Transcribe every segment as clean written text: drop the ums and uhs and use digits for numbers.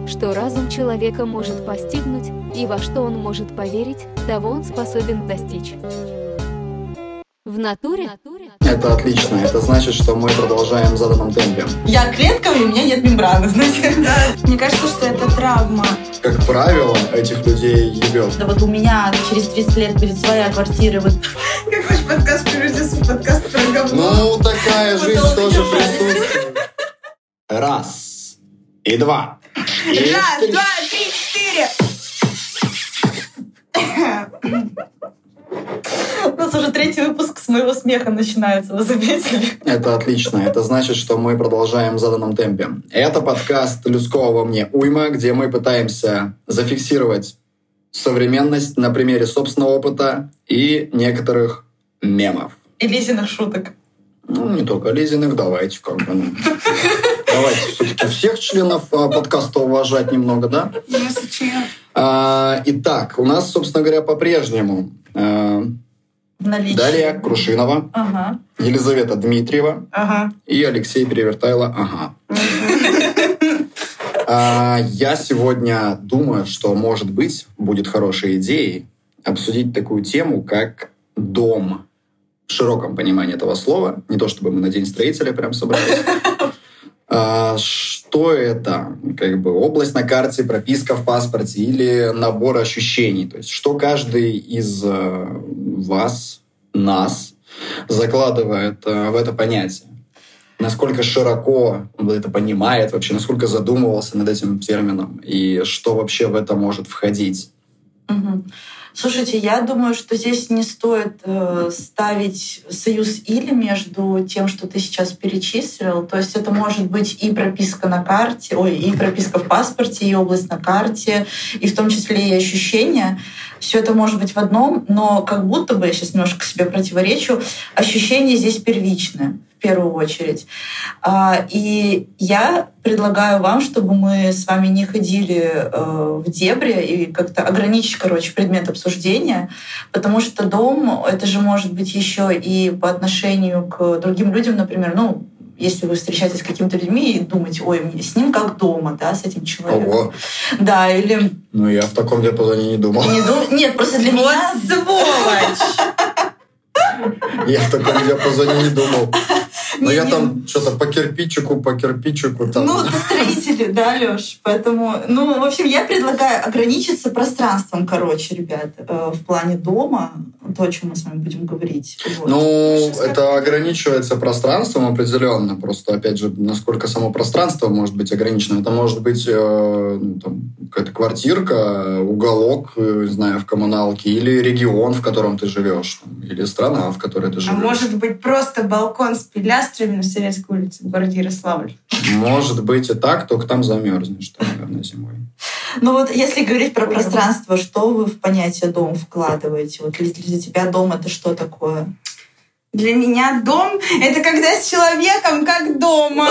что разум человека может постигнуть и во что он может поверить, того он способен достичь. В натуре? Это отлично. Это значит, что мы продолжаем в заданном темпе. Я клетка, и у меня нет мембраны, знаете. Мне кажется, что это травма. Как правило, этих людей ебет. Да вот у меня через 30 лет будет своя квартира. Вот. Как ваш подкаст превратился в подкаст про говно? Ну, такая жизнь тоже присутствует. Раз. И два. И Раз, три. два, три, 4. У нас уже 3-й выпуск с моего смеха начинается, вы заметили? Это отлично. Это значит, что мы продолжаем в заданном темпе. Это подкаст «Людского во мне уйма», где мы пытаемся зафиксировать современность на примере собственного опыта и некоторых мемов. И Лизиных шуток. Ну, не только Лизиных, давайте как бы. Давайте все-таки всех членов подкаста уважать немного, да? Итак, у нас, собственно говоря, по-прежнему Дарья Крушинова, Ага. Елизавета Дмитриева Ага. и Алексей Перевертайло. Ага. Я сегодня думаю, что, может быть, будет хорошей идеей обсудить такую тему, как дом. В широком понимании этого слова. Не то, чтобы мы на День строителя прям собрались. Что это? Как бы область на карте, прописка в паспорте или набор ощущений? То есть что каждый из вас, нас, закладывает в это понятие? Насколько широко он это понимает вообще, насколько задумывался над этим термином и что вообще в это может входить? Угу. Слушайте, я думаю, что здесь не стоит ставить союз «или» между тем, что ты сейчас перечислил. То есть это может быть и прописка на карте, и прописка в паспорте, и область на карте, и в том числе и ощущения. Все это может быть в одном, но как будто бы, я сейчас немножко себе противоречу, ощущения здесь первичны в первую очередь. И я предлагаю вам, чтобы мы с вами не ходили в дебри и как-то ограничить, предмет обсуждения, потому что дом — это же может быть еще и по отношению к другим людям, например, если вы встречаетесь с какими-то людьми и думаете, ой, мне с ним как дома, да, с этим человеком. Ого. Да, или... Я в таком диапазоне не думал. Нет, просто для меня... Сволочь! Я в таком диапазоне не думал. Но я там что-то по кирпичику там. ты строители, да, Лёш? Поэтому, в общем, я предлагаю ограничиться пространством, ребят, в плане дома, то, о чем мы с вами будем говорить. Вот. Это ограничивается пространством определенно. Просто, опять же, насколько само пространство может быть ограничено. Это может быть какая-то квартирка, уголок, не знаю, в коммуналке, или регион, в котором ты живешь, или страна, в которой ты живешь. А может быть, просто балкон с пилястрами на Советской улице в городе Ярославль? Может быть и так, только там замерзнешь, наверное, зимой. Если говорить про пространство, что вы в понятие «дом» вкладываете? Для тебя дом — это что такое? Для меня дом — это когда с человеком как дома.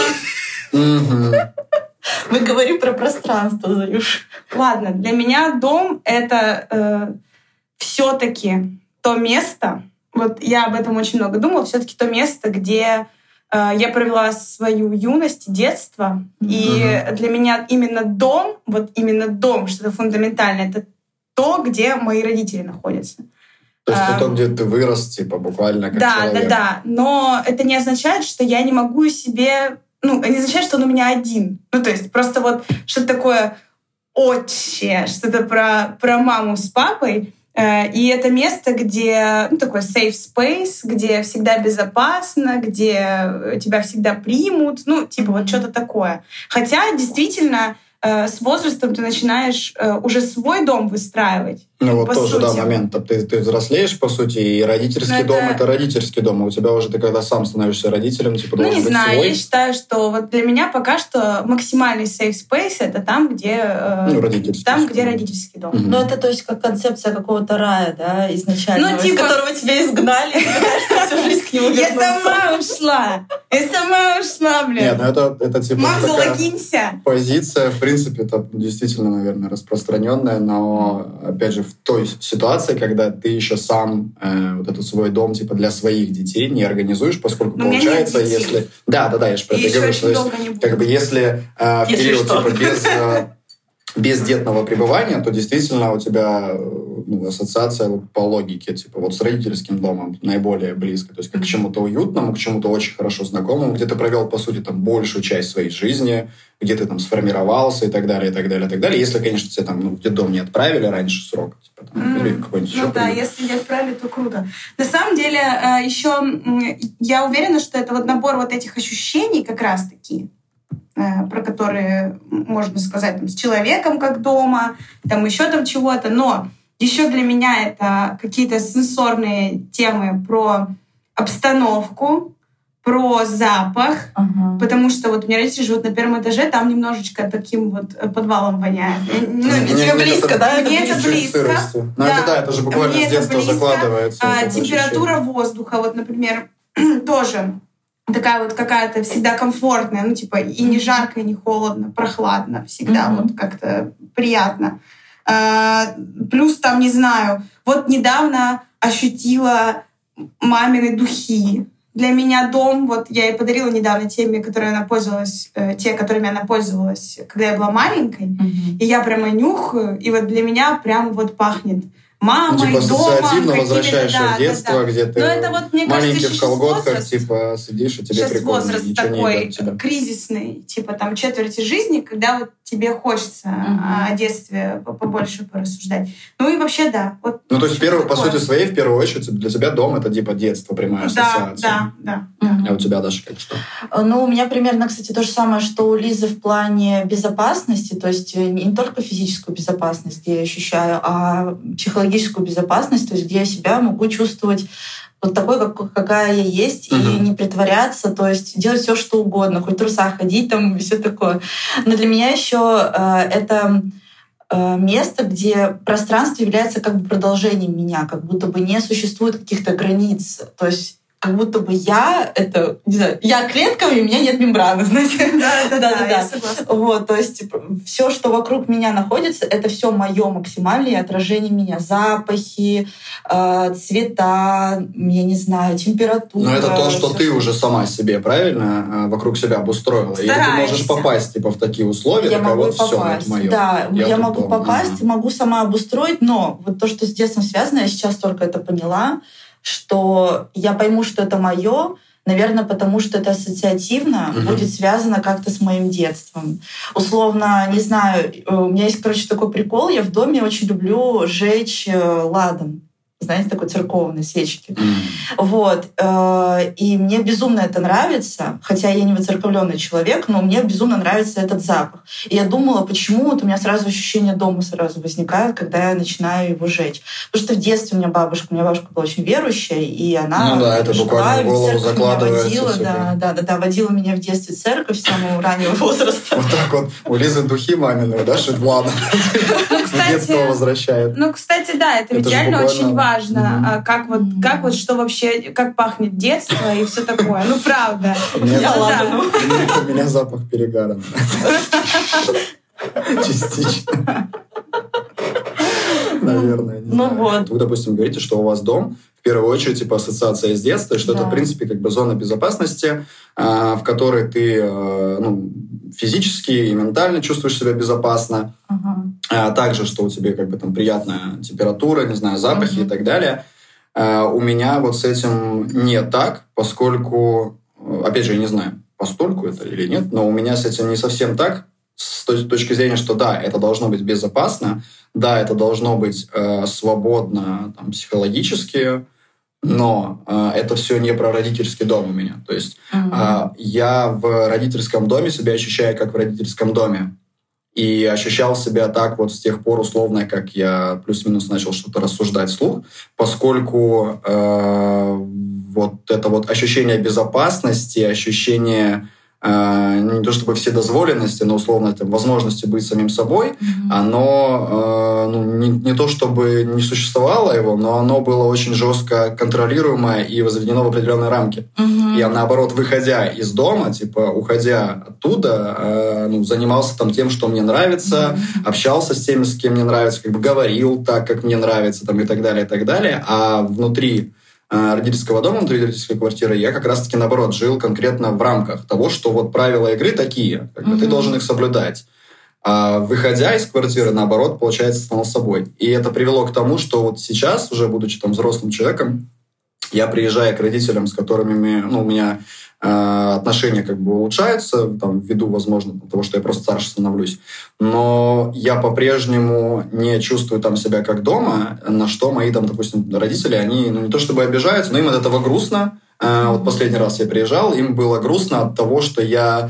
Мы говорим про пространство, Заюш. Ладно, для меня дом — это все-таки то место, я об этом очень много думала, все-таки то место, где я провела свою юность, детство. И для меня именно дом, что-то фундаментальное, это то, где мои родители находятся. То есть это то, где ты вырос, буквально как человек. Да. Но это не означает, что я не могу себе... не означает, что он у меня один. То есть просто что-то такое отче, что-то про маму с папой. И это место, где такой safe space, где всегда безопасно, где тебя всегда примут, что-то такое. Хотя действительно с возрастом ты начинаешь уже свой дом выстраивать. Тоже, да, момент. Ты взрослеешь, по сути, и родительский дом — это родительский дом. А у тебя уже ты когда сам становишься родителем, должен быть свой. Я считаю, что для меня пока что максимальный safe space — это там, где родительский дом. Это, то есть, как концепция какого-то рая, да, изначально, из которого тебя изгнали, и ты всю жизнь к нему вернулся. Я сама ушла, блин. Нет, это Мам, такая залогинься. Позиция, в принципе, это действительно, наверное, распространенная, но, опять же, в той ситуации, когда ты еще сам этот свой дом для своих детей не организуешь, поскольку получается, если... Да, я же про это говорю, что если в период без... бездетного пребывания, то действительно у тебя ассоциация по логике, типа вот с родительским домом наиболее близко, то есть как к чему-то уютному, к чему-то очень хорошо знакомому, где ты провел, по сути, там большую часть своей жизни, где ты там сформировался и так далее, и так далее, и так далее. Если, конечно, тебя там в детдом не отправили раньше срока, типа, там, или какой-нибудь еще да, если не отправили, то круто. На самом деле, еще я уверена, что это вот набор вот этих ощущений как раз-таки, про которые можно сказать там, с человеком как дома, там еще там чего-то, но еще для меня это какие-то сенсорные темы про обстановку, про запах, потому что вот у меня родители живут на первом этаже, там немножечко таким вот подвалом воняет. Тебе близко, да? Мне это близко. Ну это же буквально с детства закладывается. Температура воздуха, вот, например, тоже такая вот какая-то всегда комфортная, ну типа и не жарко, и не холодно, прохладно, всегда вот как-то приятно. Плюс там, не знаю, вот недавно ощутила мамины духи. Для меня дом, вот я ей подарила недавно те, которыми она пользовалась, когда я была маленькой, и я прямо нюхаю, и вот для меня прям вот пахнет мамой, типа ассоциативно домом, возвращаешься в детство, где ты это вот, мне маленький кажется, в колготках, возраст, типа сидишь, и тебе сейчас прикольно, возраст ничего такой не идет от тебя. кризисный, типа там четверти жизни, когда вот тебе хочется о детстве побольше порассуждать. Ну и вообще, да. Вот, ну то есть по сути своей, в первую очередь, для тебя дом — это типа детство, прямая ассоциация. Да. А у тебя, Даша, как что? Ну, у меня примерно, кстати, то же самое, что у Лизы в плане безопасности, то есть не только физическую безопасность я ощущаю, а психологическую безопасность, то есть где я себя могу чувствовать вот такой, какая я есть, и не притворяться, то есть делать все, что угодно, хоть в трусах ходить там и все такое. Но для меня еще это место, где пространство является как бы продолжением меня, как будто бы не существует каких-то границ, то есть как будто бы я это, не знаю, я клетка, и у меня нет мембраны, знаете? Да, я согласна. Вот, то есть все, что вокруг меня находится, это все мое максимальное отражение меня. Запахи, цвета, я не знаю, температура. Но это то, что ты уже сама себе, правильно, вокруг себя обустроила. Или ты можешь попасть типа в такие условия, я могу вот все, это мое. Да, я могу попасть, могу сама обустроить, но вот то, что с детством связано, я сейчас только это поняла, что я пойму, что это мое, наверное, потому что это ассоциативно будет связано как-то с моим детством. Условно, не знаю, у меня есть, короче, такой прикол, я в доме очень люблю жечь ладан. Знаете, такой церковной свечки. Вот. И мне безумно это нравится, хотя я не воцерковленный человек, но мне безумно нравится этот запах. И я думала, почему вот у меня сразу ощущение дома сразу возникает, когда я начинаю его жечь. Потому что в детстве у меня бабушка была очень верующая, и она это буквально в голову закладывается. Водила меня в детстве в церковь с самого раннего возраста. Вот так вот. У Лизы духи мамины, да, Ладно. Детство возвращает. Ну, кстати, да, это ведь реально очень важно. Как вот что вообще, как пахнет детство и все такое. Ну, правда. У меня запах перегара. Частично. Наверное. Ну вот. Вы, допустим, говорите, что у вас дом, в первую очередь, типа ассоциация с детства, что это, в принципе, как бы зона безопасности, в которой ты физически и ментально чувствуешь себя безопасно. Также, что у тебя как бы там приятная температура, не знаю, запахи и так далее. У меня вот с этим не так, поскольку, опять же, я не знаю, постольку это или нет, но у меня с этим не совсем так, с той точки зрения, что да, это должно быть безопасно, да, это должно быть свободно там, психологически, но это все не про родительский дом у меня. То есть я в родительском доме себя ощущаю как в родительском доме. И ощущал себя так вот с тех пор условно, как я плюс-минус начал что-то рассуждать вслух, поскольку вот это вот ощущение безопасности, ощущение не то чтобы вседозволенности, но условно там, возможности быть самим собой, оно не то чтобы не существовало его, но оно было очень жестко контролируемое и возведено в определенные рамки. Я, наоборот, выходя из дома, типа, уходя оттуда, занимался там тем, что мне нравится, общался с теми, с кем мне нравится, как бы говорил так, как мне нравится, там, и так далее, и так далее. А внутри родительского дома, внутри родительской квартиры, я как раз-таки, наоборот, жил конкретно в рамках того, что вот правила игры такие, как бы ты должен их соблюдать. А выходя из квартиры, наоборот, получается, стал собой. И это привело к тому, что вот сейчас, уже будучи там взрослым человеком, я приезжаю к родителям, с которыми у меня отношения как бы улучшаются, там, ввиду, возможно, того, что я просто старше становлюсь. Но я по-прежнему не чувствую там себя как дома, на что мои, там, допустим, родители, они не то чтобы обижаются, но им от этого грустно. Вот последний раз я приезжал, им было грустно от того, что я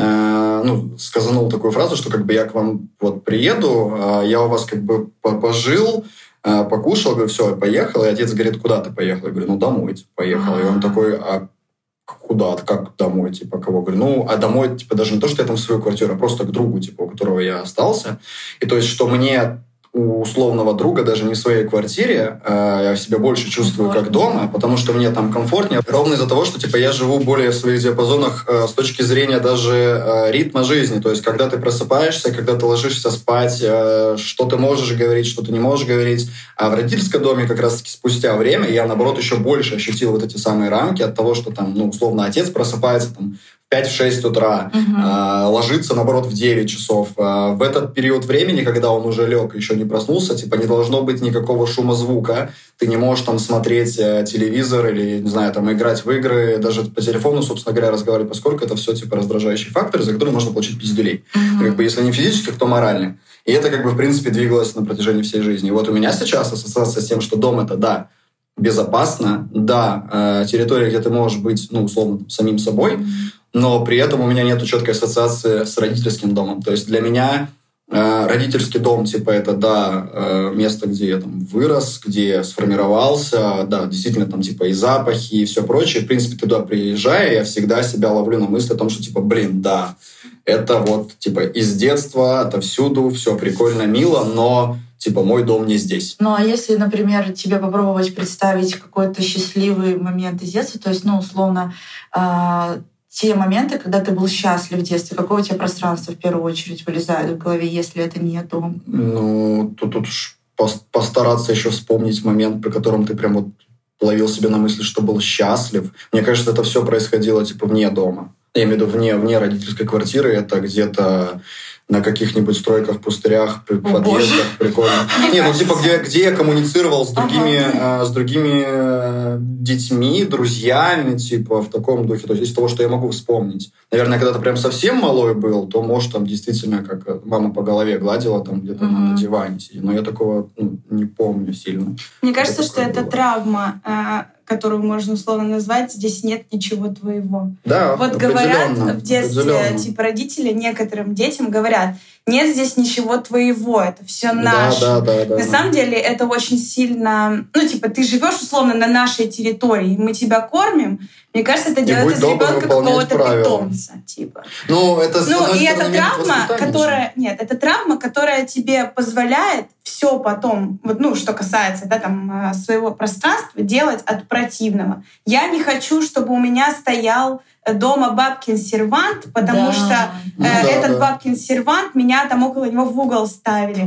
сказанул такую фразу, что как бы я к вам вот приеду, я у вас как бы пожил, покушал, говорю, все, я поехал. И отец говорит, куда ты поехал? Я говорю, домой, типа, поехал. И он такой, куда? Как домой? Типа, кого? Говорю, домой, типа, даже не то, что я там в свою квартиру, а просто к другу, типа, у которого я остался. И то есть, что мне у условного друга даже не в своей квартире, я себя больше чувствую как дома, потому что мне там комфортнее. Ровно из-за того, что типа я живу более в своих диапазонах с точки зрения даже ритма жизни. То есть, когда ты просыпаешься, когда ты ложишься спать, что ты можешь говорить, что ты не можешь говорить. А в родительском доме как раз-таки спустя время я, наоборот, еще больше ощутил вот эти самые рамки от того, что там, условно, отец просыпается там 5-6 утра, ложится, наоборот, в 9 часов. В этот период времени, когда он уже лег, еще не проснулся, типа не должно быть никакого шума звука. Ты не можешь там смотреть телевизор или, не знаю, там играть в игры, даже по телефону, собственно говоря, разговаривать, поскольку это все типа раздражающие факторы, за которые можно получить пиздюлей. Как бы, если не физических, то моральных. И это, как бы, в принципе, двигалось на протяжении всей жизни. И вот у меня сейчас ассоциация с тем, что дом — это, да, безопасно, да, территория, где ты можешь быть, условно, самим собой, но при этом у меня нет четкой ассоциации с родительским домом. То есть для меня родительский дом, типа, это, да, место, где я там вырос, где я сформировался, да, действительно, там, типа, и запахи, и все прочее. В принципе, туда приезжая, я всегда себя ловлю на мысли о том, что, типа, да, это вот, типа, из детства, отовсюду, все прикольно, мило, но, типа, мой дом не здесь. Ну, а если, например, тебе попробовать представить какой-то счастливый момент из детства, то есть, условно, те моменты, когда ты был счастлив в детстве, какое у тебя пространство в первую очередь вылезает в голове, если это не дом? Тут уж постараться еще вспомнить момент, при котором ты прям вот ловил себя на мысли, что был счастлив. Мне кажется, это все происходило типа вне дома. Я имею в виду вне родительской квартиры. Это где-то на каких-нибудь стройках, пустырях, подъездах, прикольно. Где я коммуницировал с другими детьми, друзьями, типа, в таком духе. То есть из того, что я могу вспомнить. Наверное, когда ты прям совсем малой был, то, может, там действительно, как мама по голове гладила там где-то на диване сидя. Но я такого не помню сильно. Мне кажется, что это травма, которую можно условно назвать «здесь нет ничего твоего». Да, вот говорят в детстве, типа родители некоторым детям говорят, нет здесь ничего твоего, это все наше. Да. На самом деле это очень сильно... ты живешь условно на нашей территории, мы тебя кормим. Мне кажется, это делает из ребенка какого-то питомца. Типа. И это травма, это травма, которая тебе позволяет все потом, что касается своего пространства, делать от противного. Я не хочу, чтобы у меня стоял дома бабкин сервант, потому что этот бабкин сервант меня там около него в угол ставили.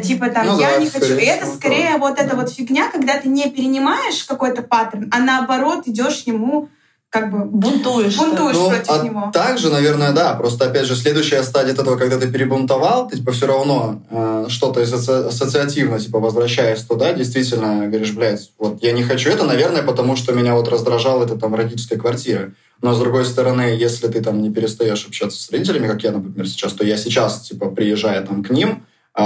Я не хочу. И это скорее вот эта вот фигня, когда ты не перенимаешь какой-то паттерн, а наоборот идешь ему бунтуешь против него. Также, наверное, да. Просто, опять же, следующая стадия этого, когда ты перебунтовал, ты все равно что-то ассоциативно возвращаясь туда, действительно говоришь, вот я не хочу это, наверное, потому что меня раздражало это в родительской квартире. Но, с другой стороны, если ты не перестаешь общаться с родителями, как я, например, сейчас, то я сейчас, приезжая к ним,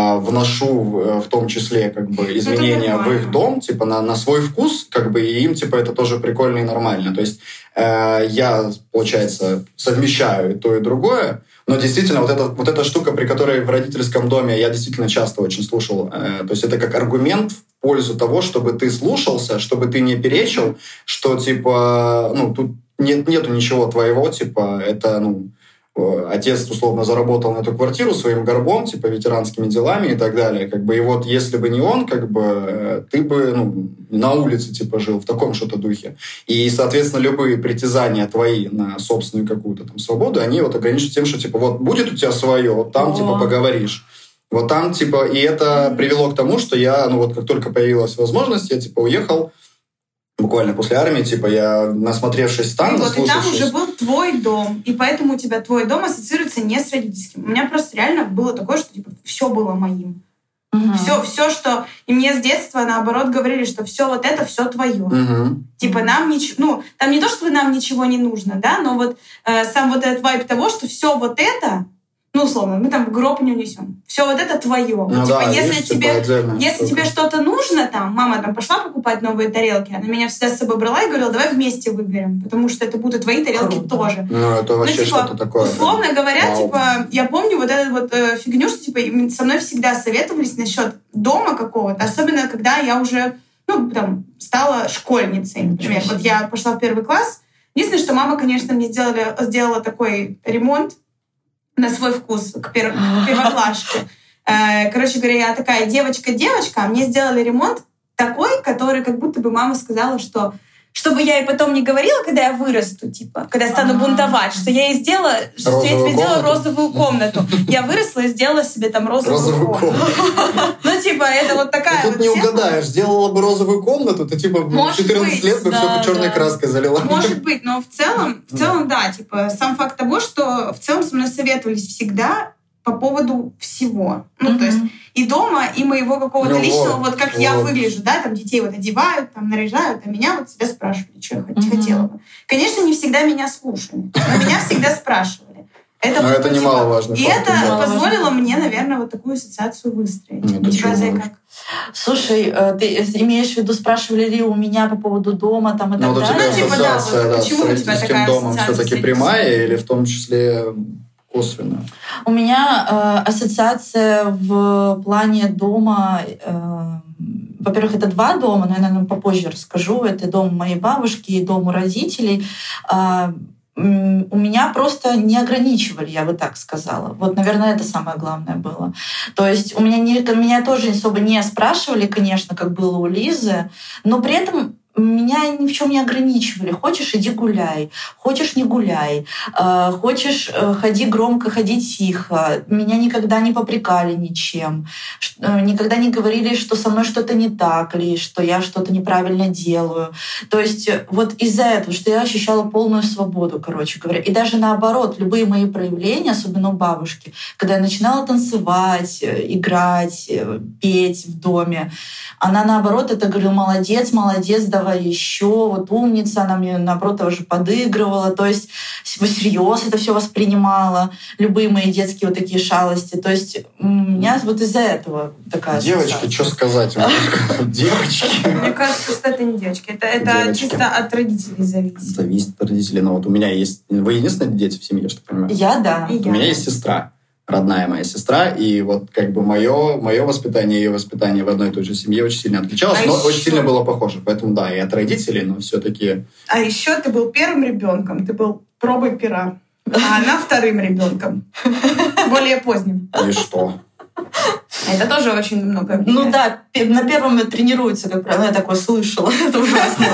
вношу в том числе изменения в их дом, на свой вкус, и им это тоже прикольно и нормально. То есть я, получается, совмещаю и то, и другое. Но действительно, вот эта штука, при которой в родительском доме я действительно часто очень слушал, то есть это как аргумент в пользу того, чтобы ты слушался, чтобы ты не перечил, что тут нету ничего твоего, это, отец условно заработал на эту квартиру своим горбом, ветеранскими делами и так далее. И вот если бы не он, ты бы на улице жил в таком что-то духе. И, соответственно, любые притязания твои на собственную какую-то свободу, они ограничивают тем, что вот будет у тебя свое, вот там поговоришь. Вот там и это привело к тому, что я, как только появилась возможность, я уехал. Буквально после армии, я, насмотревшись там, и там уже был твой дом, и поэтому у тебя твой дом ассоциируется не с родительским. У меня просто реально было такое, что типа все было моим. Все, что... И мне с детства, наоборот, говорили, что все вот это, все твое. Типа нам ничего... Ну, там не то, что нам ничего не нужно, да, но вот сам вот этот вайб того, что все вот это, ну, условно, мы там в гроб не унесем. Все вот это твое. Ну, типа, да, если тебе что-то нужно, там, мама там пошла покупать новые тарелки, она меня всегда с собой брала и говорила, давай вместе выберем, потому что это будут твои тарелки тоже. Ну, это вообще типа, что-то такое. Условно говоря, типа, я помню вот эту вот фигню, что типа со мной всегда советовались насчет дома какого-то, особенно когда я уже, ну, там, стала школьницей, например. Вот я пошла в 1 класс. Единственное, что мама, конечно, мне сделала такой ремонт на свой вкус к первоклашке. Короче говоря, я такая девочка, а мне сделали ремонт такой, который как будто бы мама сказала, что чтобы я ей потом не говорила, когда я вырасту, типа, когда я стану бунтовать, что я ей сделала, что я тебе сделала розовую комнату. Я выросла и сделала себе там розовую комнату. Ну, типа, это вот такая вот тут не угадаешь. Сделала бы розовую комнату, ты, типа, в 14 лет бы все черной краской залила. Может быть, но в целом, да, типа, сам факт того, что в целом со мной советовались всегда по поводу всего. Ну, то есть и дома, и моего какого-то личного, вот как я выгляжу, да, там детей вот одевают, там наряжают, а меня вот всегда спрашивали, что я хотела бы. Конечно, не всегда меня слушали, но меня всегда спрашивали. Но это немаловажно. И это позволило мне, наверное, вот такую ассоциацию выстроить. У тебя, Зай, как? Слушай, ты имеешь в виду, спрашивали ли у меня по поводу дома там и так далее? Ну, вот у тебя ассоциация, да, с родительским домом все-таки прямая или в том числе косвенно? У меня ассоциация в плане дома. Во-первых, это 2 дома, но я, наверное, попозже расскажу. Это дом моей бабушки и дом у родителей. У меня просто не ограничивали, я бы так сказала. Вот, наверное, это самое главное было. То есть меня тоже особо не спрашивали, конечно, как было у Лизы, но при этом меня ни в чем не ограничивали. Хочешь — иди гуляй, хочешь — не гуляй, хочешь — ходи громко, ходи тихо. Меня никогда не попрекали ничем, никогда не говорили, что со мной что-то не так или что я что-то неправильно делаю. То есть вот из-за этого, что я ощущала полную свободу, короче говоря. И даже наоборот, любые мои проявления, особенно у бабушки, когда я начинала танцевать, играть, петь в доме, она наоборот это говорила: молодец, давай еще, вот умница. Она мне наоборот тоже подыгрывала, то есть всерьез это все воспринимала, любые мои детские вот такие шалости. То есть у меня вот из-за этого такая девочки, ассоциация. что сказать? Девочки. Мне кажется, что это не девочки. Это чисто от родителей зависит. Зависит от родителей. Но вот у меня есть... Вы единственные дети в семье, что понимаю? Я, да. У меня есть сестра. Родная моя сестра, и вот как бы мое воспитание и ее воспитание в одной и той же семье очень сильно отличалось, но очень сильно было похоже. Поэтому да, и от родителей, но все-таки... А еще ты был первым ребенком, ты был пробой пера, а она вторым ребенком, более поздним. И что? Это тоже очень много влияет. Ну да, на первом тренируются, как правило. Я такое слышала. Это ужасно.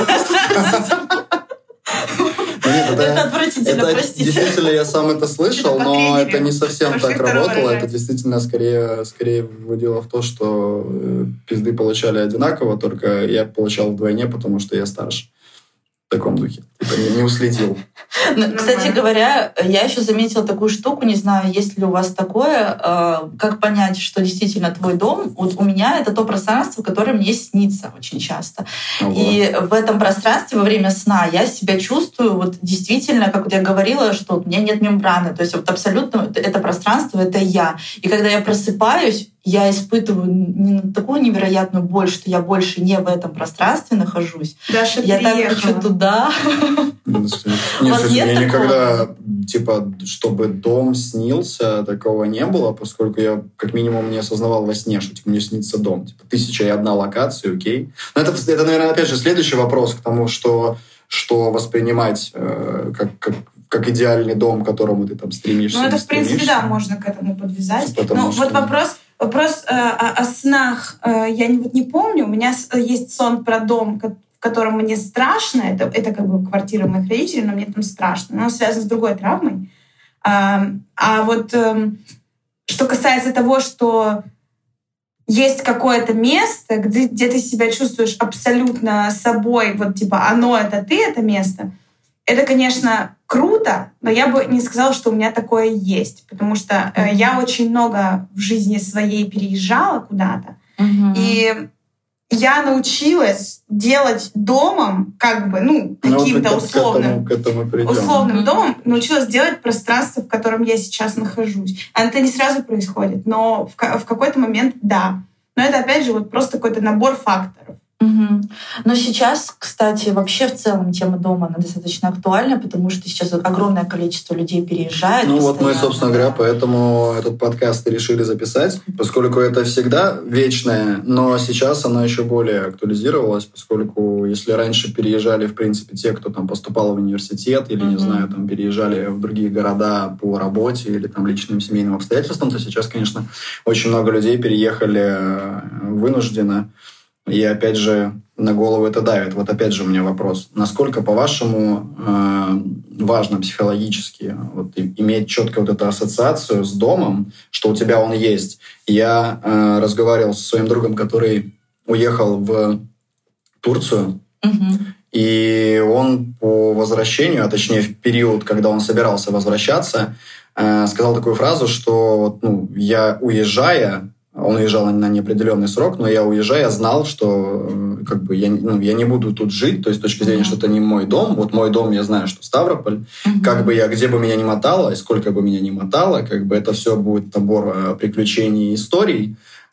Это отвратительно, простите. Действительно, я сам это слышал, но это не совсем так работало. Это действительно скорее выводило в то, что пизды получали одинаково, только я получал вдвойне, потому что я старше. В таком духе. Не уследил. Кстати говоря, я еще заметила такую штуку, не знаю, есть ли у вас такое, как понять, что действительно твой дом. Вот у меня это то пространство, которое мне снится очень часто. И в этом пространстве во время сна я себя чувствую вот действительно, как вот я говорила, что у меня нет мембраны. То есть вот абсолютно это пространство — это я. И когда я просыпаюсь, я испытываю такую невероятную боль, что я больше не в этом пространстве нахожусь. Даша я так хочу туда. Я никогда, типа, чтобы дом снился, такого не было, поскольку я как минимум не осознавал во сне, что типа, мне снится дом. Типа, 1001 локация, окей. Но это, наверное, опять же, следующий вопрос к тому, что воспринимать как идеальный дом, к которому ты там стремишься. Ну, это, в принципе, да, можно к этому подвязать. Но вот вопрос о снах я не помню. У меня есть сон про дом, в котором мне страшно. Это как бы квартира моих родителей, но мне там страшно. Но он связан с другой травмой. А вот что касается того, что есть какое-то место, где ты себя чувствуешь абсолютно собой, вот типа оно — это ты, это место, это, конечно, круто, но я бы не сказала, что у меня такое есть, потому что я очень много в жизни своей переезжала куда-то, и я научилась делать домом, как бы, каким-то условным домом, научилась делать пространство, в котором я сейчас нахожусь. Это не сразу происходит, но в какой-то момент да. Но это, опять же, вот просто какой-то набор факторов. Но сейчас, кстати, вообще в целом тема дома, она достаточно актуальна, потому что сейчас огромное количество людей переезжает. Вот мы, собственно говоря, поэтому этот подкаст и решили записать, поскольку это всегда вечное, но сейчас оно еще более актуализировалось, поскольку если раньше переезжали, в принципе, те, кто там поступал в университет или, не знаю, там переезжали в другие города по работе или там личным семейным обстоятельствам, то сейчас, конечно, очень много людей переехали вынужденно. И, опять же, на голову это давит. Вот опять же у меня вопрос. Насколько, по-вашему, важно психологически иметь четко вот эту ассоциацию с домом, что у тебя он есть? Я разговаривал со своим другом, который уехал в Турцию, и он по возвращению, а точнее в период, когда он собирался возвращаться, сказал такую фразу, что я уезжая, он уезжал на неопределенный срок, но я уезжая знал, что я не буду тут жить, то есть с точки зрения, что это не мой дом. Вот мой дом, я знаю, что Ставрополь. Где бы меня ни мотало, и сколько бы меня ни мотало, это все будет набор приключений и историй,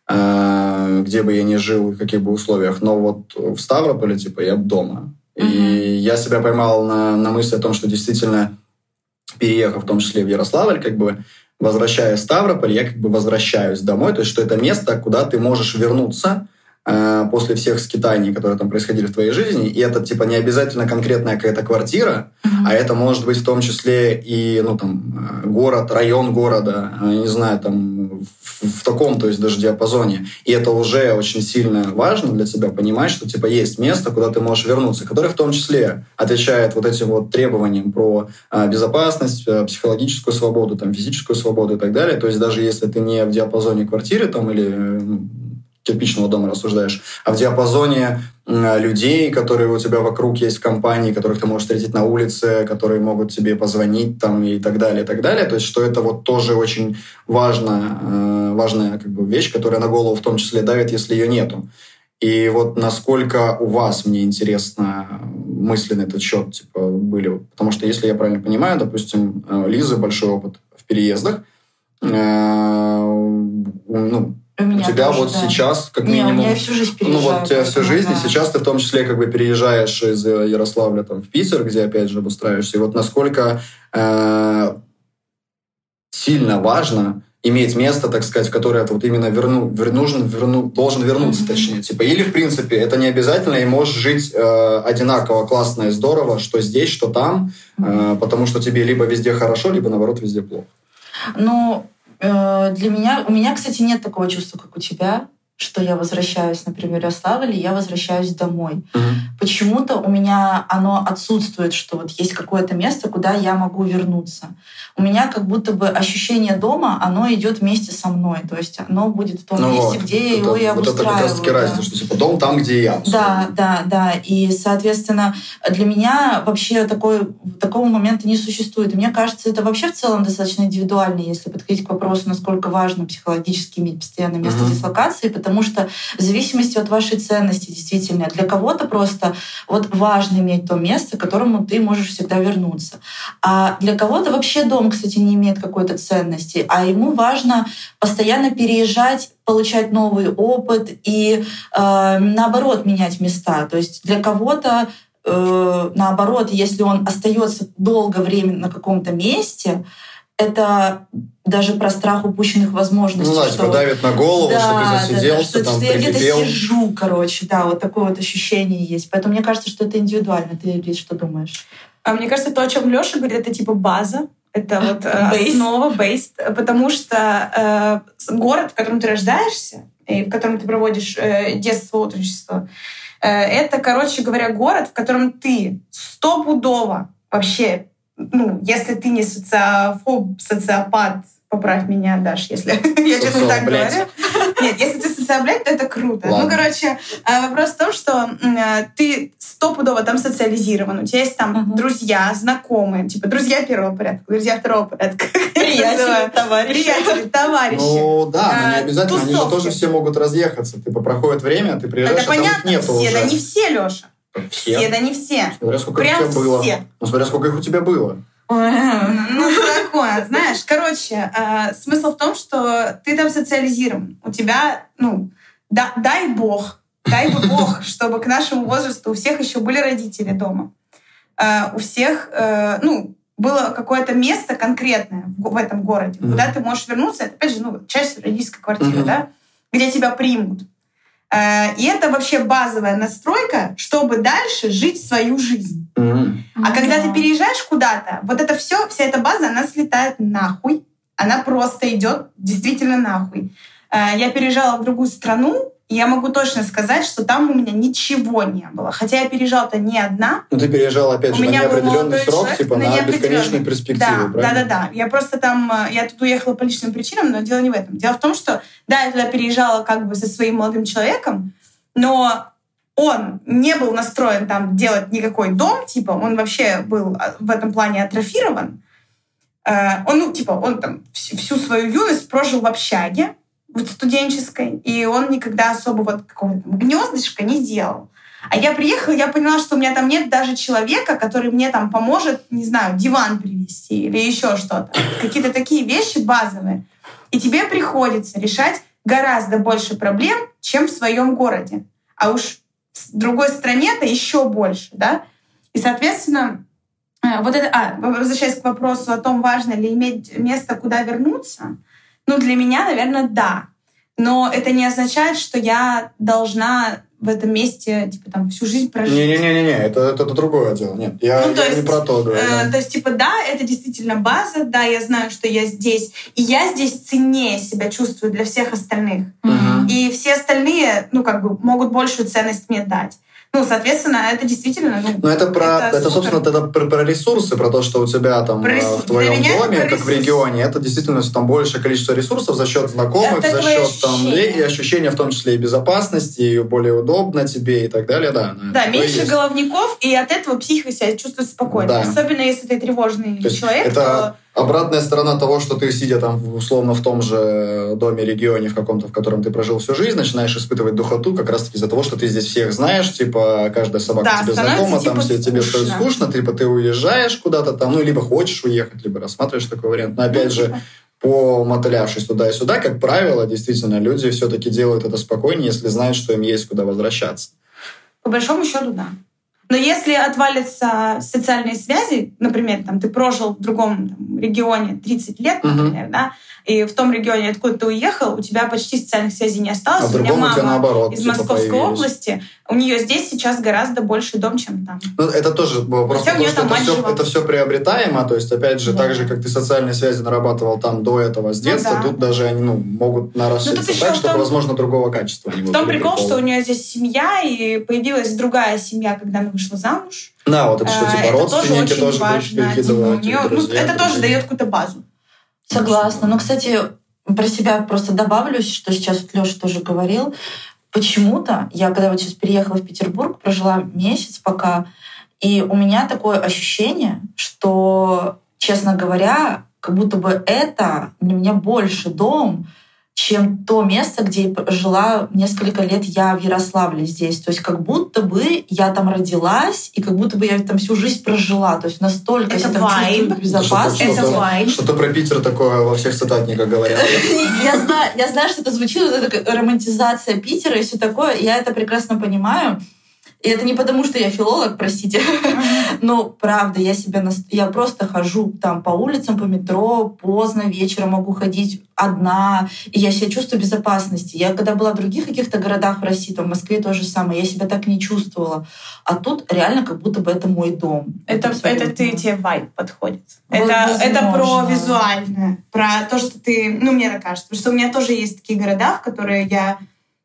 где бы я ни жил, в каких бы условиях. Но вот в Ставрополе, я дома. И я себя поймал на мысли о том, что действительно, переехав в том числе в Ярославль, возвращаясь в Ставрополь, я возвращаюсь домой, то есть что это место, куда ты можешь вернуться после всех скитаний, которые там происходили в твоей жизни, и это не обязательно конкретная какая-то квартира, а это может быть в том числе и город, район города, не знаю, в таком, то есть даже диапазоне. И это уже очень сильно важно для тебя понимать, что есть место, куда ты можешь вернуться, которое в том числе отвечает этим требованиям про безопасность, психологическую свободу, физическую свободу и так далее. То есть даже если ты не в диапазоне квартиры или кирпичного дома рассуждаешь, а в диапазоне людей, которые у тебя вокруг есть в компании, которых ты можешь встретить на улице, которые могут тебе позвонить и так далее, и так далее. То есть что это тоже очень важная вещь, которая на голову в том числе давит, если ее нету. И насколько у вас, мне интересно, мысли на этот счет были. Потому что, если я правильно понимаю, допустим, Лизы большой опыт в переездах, у тебя тоже, сейчас, как минимум... у меня всю жизнь переезжаю. У тебя всю жизнь, и сейчас ты в том числе переезжаешь из Ярославля в Питер, где опять же обустраиваешься. И насколько сильно важно иметь место, так сказать, в которое ты именно должен вернуться, точнее. Или, в принципе, это не обязательно, и можешь жить одинаково, классно и здорово, что здесь, что там, потому что тебе либо везде хорошо, либо, наоборот, везде плохо. Для меня... У меня, кстати, нет такого чувства, как у тебя, что я возвращаюсь, например, в Ярославль, и я возвращаюсь домой. Почему-то у меня оно отсутствует, что есть какое-то место, куда я могу вернуться. У меня как будто бы ощущение дома, оно идет вместе со мной. То есть оно будет в том месте, где его я обустраиваю. Это как раз-таки разница, что дом там, где я. Да. И, соответственно, для меня вообще такого момента не существует. И мне кажется, это вообще в целом достаточно индивидуально, если подходить к вопросу, насколько важно психологически иметь постоянное место дислокации, потому что в зависимости от вашей ценности, действительно, для кого-то просто важно иметь то место, к которому ты можешь всегда вернуться. А для кого-то вообще дом, кстати, не имеет какой-то ценности, а ему важно постоянно переезжать, получать новый опыт и, наоборот, менять места. То есть для кого-то, наоборот, если он остается долгое время на каком-то месте, это даже про страх упущенных возможностей. Что давит на голову, что ты засиделся, что я где-то сижу, такое основание есть. Поэтому мне кажется, что это индивидуально. Ты, Лиз, что думаешь? Мне кажется, то, о чем Лёша говорит, это база. Это основа, бейс. Потому что город, в котором ты рождаешься, и в котором ты проводишь детство, отрочество, это, короче говоря, город, в котором ты стопудово вообще, если ты не социопат, поправь меня, Даш, если я что-то так говорю. Нет, если ты социоблядь, то это круто. Ладно. Вопрос в том, что ты стопудово там социализирован, у тебя есть там друзья, знакомые, типа друзья первого порядка, друзья второго порядка. Приятели, товарищи. Ну да, но не обязательно, они же тоже все могут разъехаться. Типа проходит время, ты приезжаешь, это а там их понятно, нету все, уже. да не все, Леша. Все, да не все. Смотря сколько Прям их у тебя было. все. Ну, смотря сколько их у тебя было. Ну, такое, знаешь. Короче, смысл в том, что ты там социализирован. У тебя, дай бог, чтобы к нашему возрасту у всех еще были родители дома. У всех, было какое-то место конкретное в этом городе, куда ты можешь вернуться. Это, опять же, часть родительской квартиры, да, где тебя примут. И это вообще базовая настройка, чтобы дальше жить свою жизнь. А когда ты переезжаешь куда-то, вот это все, вся эта база, она слетает нахуй. Она просто идет действительно нахуй. Я переезжала в другую страну, и я могу точно сказать, что там у меня ничего не было. Хотя я переезжала-то не одна. Ну, ты переезжала, опять же, на неопределенный срок, человек, типа на бесконечную перспективу, правильно? Да. Я просто там... Я тут уехала по личным причинам, но дело не в этом. Дело в том, что, да, я туда переезжала как бы со своим молодым человеком, но он не был настроен там делать никакой дом, типа, он вообще был в этом плане атрофирован. Он там всю свою юность прожил в общаге, вот студенческой, и он никогда особо вот какого-то гнездышка не делал. А я приехала, я поняла, что у меня там нет даже человека, который мне там поможет, не знаю, диван привезти или еще что-то. Какие-то такие вещи базовые. И тебе приходится решать гораздо больше проблем, чем в своем городе. А уж в другой стране-то еще больше, да? И, соответственно, возвращаясь к вопросу о том, важно ли иметь место, куда вернуться, для меня, наверное, да. Но это не означает, что я должна в этом месте всю жизнь прожить. Не-не-не, это другое дело. Нет, я не про то говорю. То есть, да, это действительно база, да, я знаю, что я здесь, и я здесь ценнее себя чувствую для всех остальных. И все остальные, могут большую ценность мне дать. Соответственно, это действительно... это собственно, про ресурсы, про то, что у тебя там в твоем доме, как в регионе, это действительно там большее количество ресурсов за счет знакомых, за счет и ощущения, в том числе и безопасности, и более удобно тебе и так далее. Да, меньше головников, и от этого психика себя чувствует спокойно. Да. Особенно, если ты тревожный человек, то... Обратная сторона того, что ты, сидя там условно в том же доме, регионе, в котором ты прожил всю жизнь, начинаешь испытывать духоту как раз-таки из-за того, что ты здесь всех знаешь, типа каждая собака тебе знакома, там тебе стоит скучно, ты уезжаешь куда-то там, либо хочешь уехать, либо рассматриваешь такой вариант. Но опять же, помотылявшись туда и сюда, как правило, действительно, люди все-таки делают это спокойнее, если знают, что им есть куда возвращаться. По большому счету, да. Но если отвалятся социальные связи, например, ты прожил в другом регионе 30 лет, например, да, и в том регионе, откуда ты уехал, у тебя почти социальных связей не осталось. А у меня мама наоборот, из Московской области, у нее здесь сейчас гораздо больше дом, чем там. Это тоже просто потому, что это все приобретаемо, то есть, опять же, так же, как ты социальные связи нарабатывал там до этого с детства, тут даже они могут нараститься так, что, возможно, другого качества. В том прикол, что у нее здесь семья, и появилась другая семья, когда она вышла замуж. Да, вот это что, типа родственники тоже перекидывают. Это тоже дает какую-то базу. Согласна. Кстати, про себя просто добавлю, что сейчас Лёша тоже говорил. Почему-то я, когда сейчас переехала в Петербург, прожила месяц пока, и у меня такое ощущение, что, честно говоря, как будто бы это для меня больше дом, чем то место, где жила несколько лет я в Ярославле здесь. То есть как будто бы я там родилась, и как будто бы я там всю жизнь прожила. То есть настолько я там чувствую безопасность. Что-то про Питер такое во всех цитатниках говорят. Я знаю, что это звучит, вот эта романтизация Питера и все такое. Я это прекрасно понимаю. И это не потому, что я филолог, простите, но правда, я просто хожу там по улицам, по метро, поздно вечером могу ходить одна, и я себя чувствую в безопасности. Я когда была в других каких-то городах в России, там в Москве то же самое, я себя так не чувствовала. А тут реально как будто бы это мой дом. Это тебе вайб подходит. Это про визуальное, про то, что ты... мне так кажется. Потому что у меня тоже есть такие города, в которые я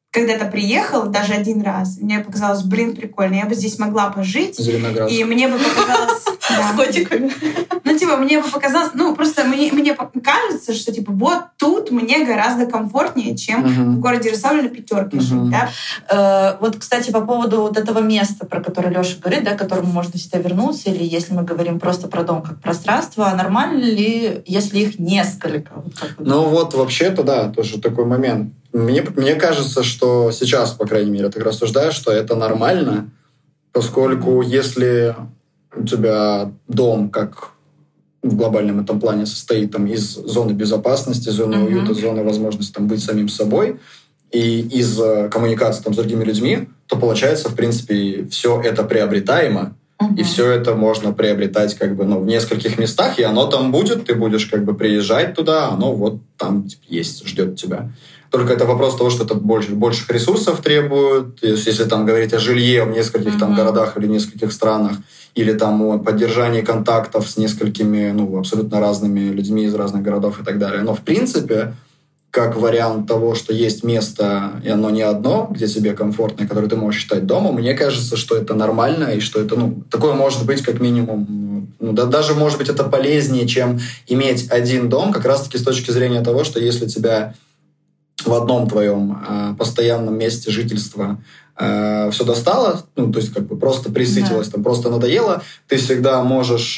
когда-то приехала даже один раз. Мне показалось, прикольно, я бы здесь могла пожить. Зеленоградск. И мне бы показалось... С котиками. Мне бы показалось... просто мне кажется, что, вот тут мне гораздо комфортнее, чем в городе Ярославле на Пятерке жить, да? Вот, кстати, по поводу вот этого места, про которое Лёша говорит, да, к которому можно всегда вернуться, или если мы говорим просто про дом как пространство, нормально ли, если их несколько? Вообще-то, да, тоже такой момент. Мне кажется, что сейчас, по крайней мере, я так рассуждаю, что это нормально, поскольку если у тебя дом, как в глобальном этом плане, состоит из зоны безопасности, зоны уюта, зоны возможности быть самим собой и из коммуникации с другими людьми, то получается, в принципе, все это приобретаемо, и все это можно приобретать в нескольких местах, и оно там будет, ты будешь приезжать туда, оно там есть, ждет тебя. Только это вопрос того, что это больших ресурсов требует. Если говорить о жилье в нескольких городах или нескольких странах, или о поддержании контактов с несколькими абсолютно разными людьми из разных городов и так далее. Но в принципе, как вариант того, что есть место, и оно не одно, где тебе комфортно, которое ты можешь считать домом, мне кажется, что это нормально, и что это, такое может быть как минимум, даже может быть это полезнее, чем иметь один дом, как раз-таки с точки зрения того, что если тебя в одном твоем постоянном месте жительства все достало, просто присытилось, просто надоело, ты всегда можешь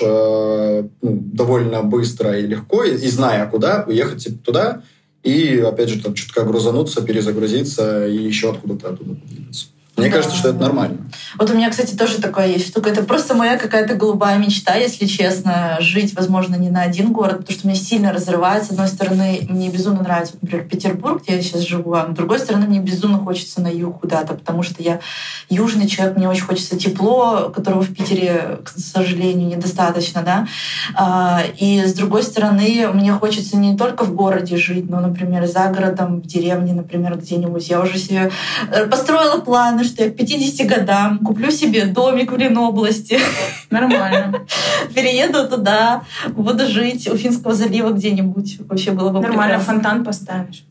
довольно быстро и легко, и зная куда, уехать туда, и, опять же, чутка грузануться, перезагрузиться и еще откуда-то оттуда двигаться. Мне кажется, что это нормально. Вот у меня, кстати, тоже такая есть штука. Это просто моя какая-то голубая мечта, если честно, жить, возможно, не на один город, потому что меня сильно разрывает. С одной стороны, мне безумно нравится, например, Петербург, где я сейчас живу, а с другой стороны, мне безумно хочется на юг куда-то, потому что я южный человек, мне очень хочется тепло, которого в Питере, к сожалению, недостаточно, да. И с другой стороны, мне хочется не только в городе жить, но, например, за городом, в деревне, например, где-нибудь. Я уже себе построила планы, что я к 50 годам куплю себе домик в Ленобласти. Нормально. Перееду туда, буду жить у Финского залива где-нибудь. Вообще было бы нормально, прекрасно. Фонтан поставишь.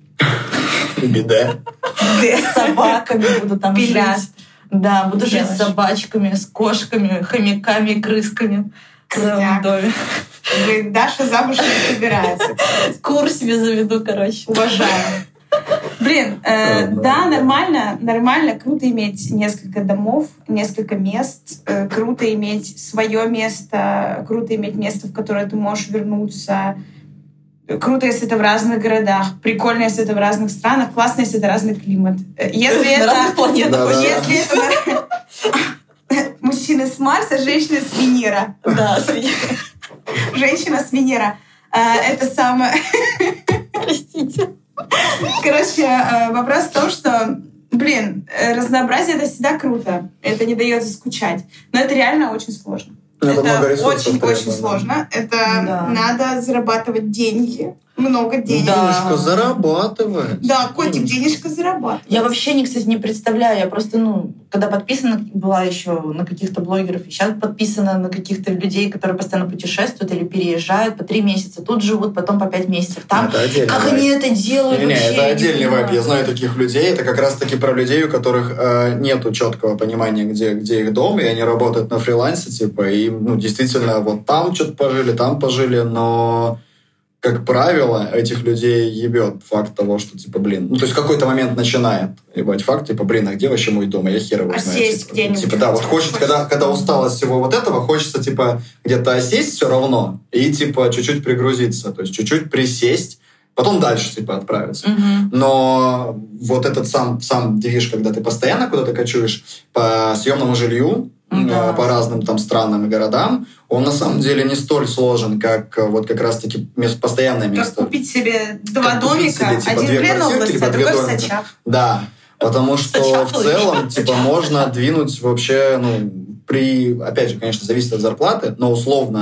Беда. С собаками буду там жить. Да, буду жить с собачками, с кошками, хомяками и крысками в своем доме. Даша замуж не собирается. Кур себе заведу, короче. Уважаю. Да, нормально, круто иметь несколько домов, несколько мест, круто иметь свое место, круто иметь место, в которое ты можешь вернуться. Круто, если это в разных городах, прикольно, если это в разных странах, классно, если это разный климат. Если это разных планетах. Если это мужчина с Марса, женщина с Венера. Да, женщина с Венера. Это самое... Простите. Короче, вопрос в том, что, разнообразие — это всегда круто. Это не дает заскучать. Но это реально очень сложно. Это очень-очень сложно. Это надо зарабатывать деньги. Много денег. Денежка зарабатывает. Да, котик, денежка зарабатывает. Я вообще, кстати, не представляю. Я просто, когда подписана была еще на каких-то блогеров, и сейчас подписана на каких-то людей, которые постоянно путешествуют или переезжают по 3 месяца, тут живут, потом по 5 месяцев там. Как они это делают? Не, это отдельный вайб. Я знаю таких людей. Это как раз-таки про людей, у которых нету четкого понимания, где их дом, и они работают на фрилансе, и действительно вот там что-то пожили, там пожили, но... Как правило, этих людей ебет факт того, что, то есть в какой-то момент начинает ебать факт, а где вообще мой дом, я хер его знаю. Осесть где-нибудь. Вот хочет, когда усталость всего вот этого, хочется, где-то осесть все равно и, чуть-чуть пригрузиться, то есть чуть-чуть присесть, потом дальше, отправиться. Но вот этот сам движ, когда ты постоянно куда-то кочуешь по съемному жилью, по разным странам и городам, он на самом деле не столь сложен, как как раз-таки постоянное место. Как купить себе 2 домика, один в Ленобласти, а другой в Сочах. Да, потому что в целом можно двинуть вообще, опять же, конечно, зависит от зарплаты, но условно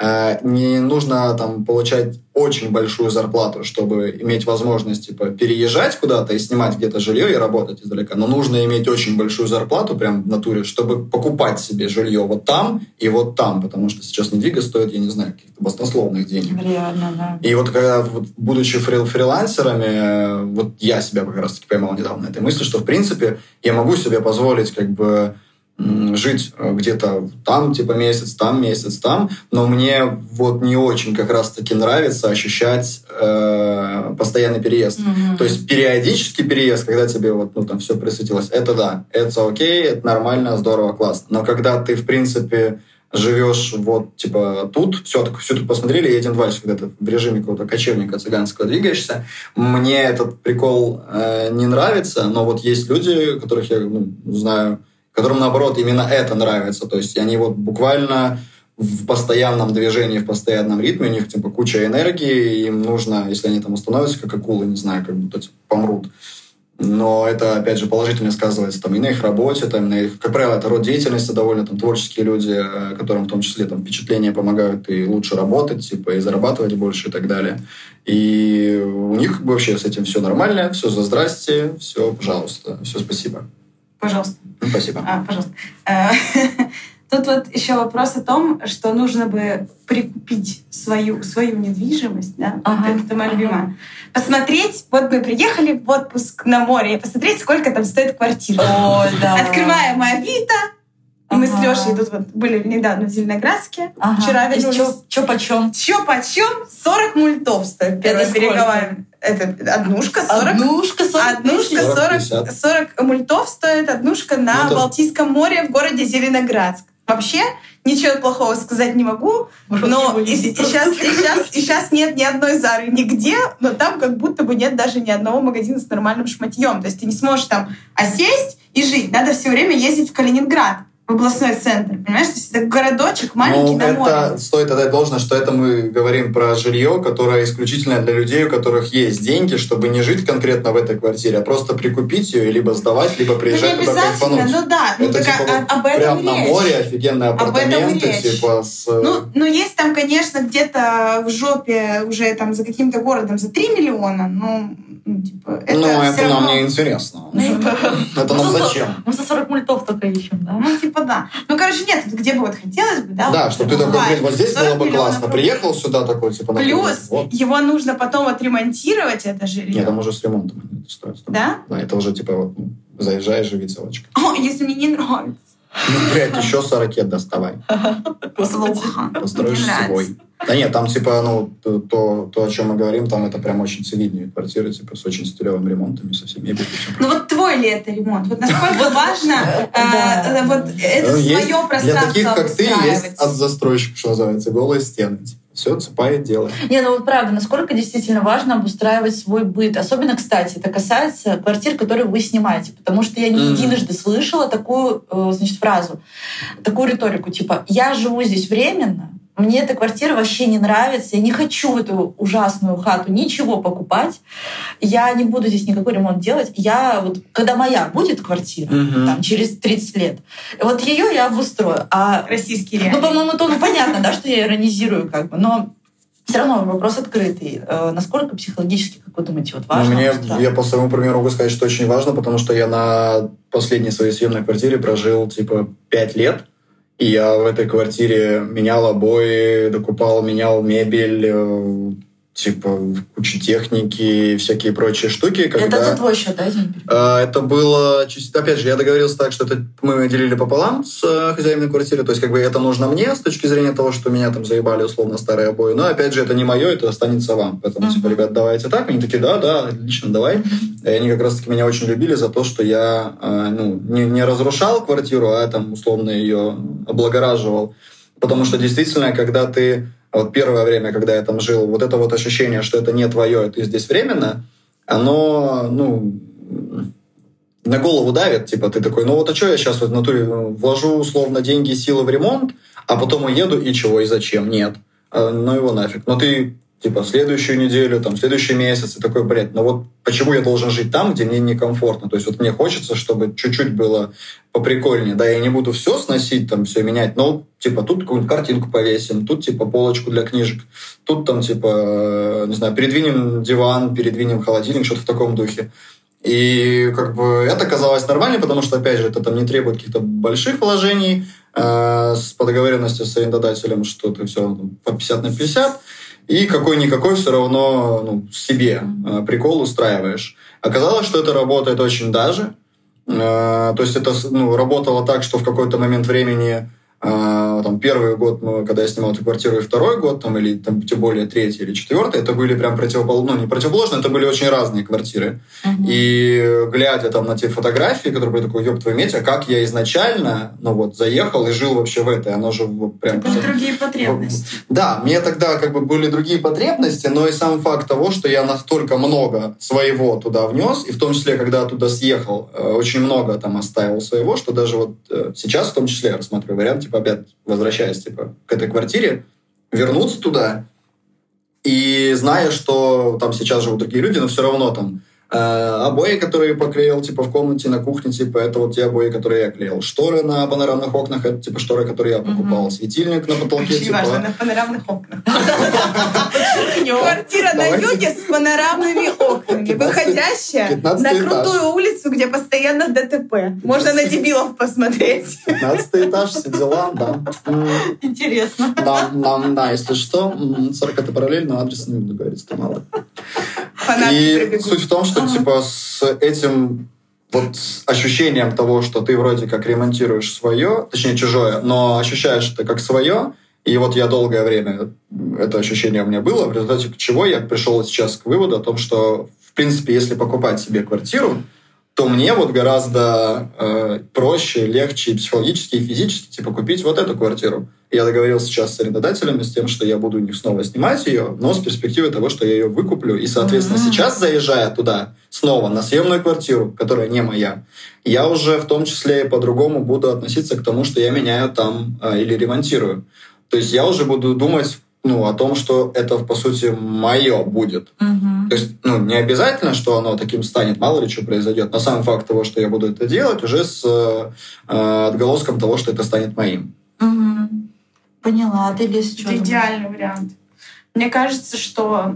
не нужно там получать очень большую зарплату, чтобы иметь возможность типа переезжать куда-то и снимать где-то жилье и работать издалека. Но нужно иметь очень большую зарплату прям в натуре, чтобы покупать себе жилье вот там и вот там, потому что сейчас недвига стоит, я не знаю, каких-то баснословных денег. Реально, да. И вот когда, вот, будучи фрилансерами, вот я себя как раз-таки поймал недавно этой мысли, что в принципе я могу себе позволить как бы жить где-то там, типа месяц, там, но мне вот не очень как раз-таки нравится ощущать постоянный переезд. Мгм. То есть периодический переезд, когда тебе вот, ну, там все присытилось, это да, это окей, это нормально, здорово, классно. Но когда ты, в принципе, живешь вот, типа, тут, все тут посмотрели, едем дальше, когда ты в режиме какого-то кочевника цыганского двигаешься. Мне этот прикол не нравится, но вот есть люди, которых я знаю, которым, наоборот, именно это нравится. То есть они вот буквально в постоянном движении, в постоянном ритме, у них типа куча энергии, им нужно, если они там остановятся, как акулы, не знаю, как будто типа, помрут. Но это, опять же, положительно сказывается там, и на их работе, там, на их, как правило, это род деятельности довольно там, творческие люди, которым в том числе там, впечатления помогают и лучше работать, типа, и зарабатывать больше и так далее. И у них вообще с этим все нормально, все за здрасте, все, пожалуйста, все спасибо. Пожалуйста. Спасибо. Пожалуйста. Тут вот еще вопрос о том, что нужно бы прикупить свою недвижимость, да? Ага. Это моя любимая. Посмотреть, вот мы приехали в отпуск на море, посмотреть, сколько там стоит квартира. Ой, да. Открываем Авито. Мы с Лешей тут вот были недавно в Зеленоградске. Ага. Вчера вернулись. Чё почем? Чё почем? 40 мультов стоит первая Это береговая. Это однушка 40. Однушка 40 Однушка тысяч. 40 мультов стоит однушка на это- Балтийском море в городе Зеленоградск. Вообще ничего плохого сказать не могу, но и сейчас нет ни одной Зары нигде, но там как будто бы нет даже ни одного магазина с нормальным шматьем. То есть ты не сможешь там осесть и жить. Надо все время ездить в Калининград, в областной центр. Понимаешь? То есть это городочек маленький на море. Это стоит отдать должное, что это мы говорим про жилье, которое исключительно для людей, у которых есть деньги, чтобы не жить конкретно в этой квартире, а просто прикупить ее, либо сдавать, либо Ну, не приезжать туда обязательно, кайфануть. ну да. Ну, Это так типа вот об этом прям на речь. море, офигенные Об этом апартаменты, речь. типа с... Ну, есть там, конечно, где-то в жопе уже там за каким-то городом за 3 миллиона, ну, типа, это Ну, всё это равно... нам не интересно. Это нам зачем? Мы за 40 мультов только ищем, да? Ну, типа, да. Ну, короче, нет, это где бы вот хотелось бы, да? Да, вот чтобы ты такой, покупать. блин, вот здесь 40 было бы миллионов классно. рублей. Приехал сюда такой, типа... Плюс вот. его нужно потом отремонтировать, это жилье. Нет, там уже с ремонтом это стоит. Да? Да, это уже типа вот, заезжаешь, живи целочка. О, если мне не нравится. Ну, блядь, еще 40 доставай. Плохо. Построишь Не с нравится. собой. Да нет, там типа, ну, то, о чем мы говорим, там это прям очень солидные квартиры, типа, с очень стилевыми ремонтами, со всеми мебелью. Ну вот твой ли это ремонт? Вот насколько важно Да. вот это Есть- свое пространство Для таких, как ты, есть обустраивать? от застройщика, что называется, голые стены. Все, цепает дело. Не, ну вот правда, насколько действительно важно обустраивать свой быт. Особенно, кстати, это касается квартир, которые вы снимаете. Потому что я не единожды слышала такую, значит, фразу, такую риторику, типа «я живу здесь временно, мне эта квартира вообще не нравится, я не хочу в эту ужасную хату ничего покупать, я не буду здесь никакой ремонт делать. Я вот, когда моя будет квартира, там, через 30 лет, вот ее я обустрою». А Российский ну, реалии. по-моему, то понятно, да, что я иронизирую, как бы, но все равно вопрос открытый. Насколько психологически, как вы думаете, вот важно? Я по своему примеру могу сказать, что очень важно, потому что я на последней своей съемной квартире прожил типа 5 лет, и я в этой квартире менял обои, докупал, менял мебель, типа кучу техники, всякие прочие штуки. Когда... Это за твой счет, да, Дим? Это было... Опять же, я договорился так, что это мы делили пополам с хозяином квартиры. То есть, как бы это нужно мне с точки зрения того, что меня там заебали условно старые обои. Но, опять же, это не мое, это останется вам. Поэтому, типа, ребят, давайте так. Они такие, да, отлично, давай. И они как раз-таки меня очень любили за то, что я не разрушал квартиру, а там условно ее облагораживал. Потому что действительно, когда ты... Вот первое время, когда я там жил, вот это вот ощущение, что это не твое, ты здесь временно, оно, на голову давит. Типа ты такой, ну вот а что я сейчас вот в натуре вложу условно деньги, силы в ремонт, а потом уеду и чего, и зачем? Нет. Ну его нафиг. Но ты типа, следующую неделю, там, следующий месяц, и такой, блядь, ну вот почему я должен жить там, где мне некомфортно? То есть вот мне хочется, чтобы чуть-чуть было поприкольнее, да, я не буду все сносить, там, все менять, но, типа, тут какую-нибудь картинку повесим, тут, типа, полочку для книжек, тут, там, типа, не знаю, передвинем диван, передвинем холодильник, что-то в таком духе. И как бы это казалось нормально, потому что, опять же, это там не требует каких-то больших вложений по договоренности с арендодателем, что ты все там, по 50/50, и какой-никакой все равно себе прикол устраиваешь. Оказалось, что это работает очень даже. То есть это работало так, что в какой-то момент времени там, первый год, когда я снимал эту квартиру, и второй год, там, или там, тем более третий или четвертый, это были прям не противоположные, это были очень разные квартиры. И глядя там на те фотографии, которые были такой, ёб твою медь, а как я изначально заехал и жил вообще в этой, оно же прям... Другие потребности. Да, мне тогда как бы были другие потребности, но и сам факт того, что я настолько много своего туда внес, и в том числе, когда туда съехал, очень много там оставил своего, что даже вот сейчас в том числе я рассматриваю вариант, опять возвращаясь к этой квартире, вернуться туда и зная, что там сейчас живут другие люди, но все равно там обои, которые поклеил в комнате, на кухне, это вот те обои, которые я клеил. Шторы на панорамных окнах, это шторы, которые я покупал. Светильник на потолке. Очень важно, на панорамных окнах. Квартира на юге с панорамными окнами, выходящая на крутую улицу, где постоянно ДТП. Можно на дебилов посмотреть. 15 этаж, все дела, да. Интересно. Да, если что, 40-й параллельно, адрес не буду говорить, это мало. И суть в том, что с этим ощущением того, что ты вроде как ремонтируешь свое, точнее чужое, но ощущаешь это как свое, и вот я долгое время это ощущение у меня было, в результате чего я пришел сейчас к выводу о том, что, в принципе, если покупать себе квартиру, то мне гораздо проще, легче и психологически, и физически купить вот эту квартиру. Я договорился сейчас с арендодателями с тем, что я буду у них снова снимать ее, но с перспективой того, что я ее выкуплю. И, соответственно, сейчас, заезжая туда снова на съемную квартиру, которая не моя, я уже в том числе и по-другому буду относиться к тому, что я меняю там или ремонтирую. То есть я уже буду думать о том, что это, по сути, мое будет. То есть, не обязательно, что оно таким станет, мало ли что произойдет, но сам факт того, что я буду это делать, уже с отголоском того, что это станет моим. Поняла. А ты, Лиз, что Это идеальный вариант. Мне кажется, что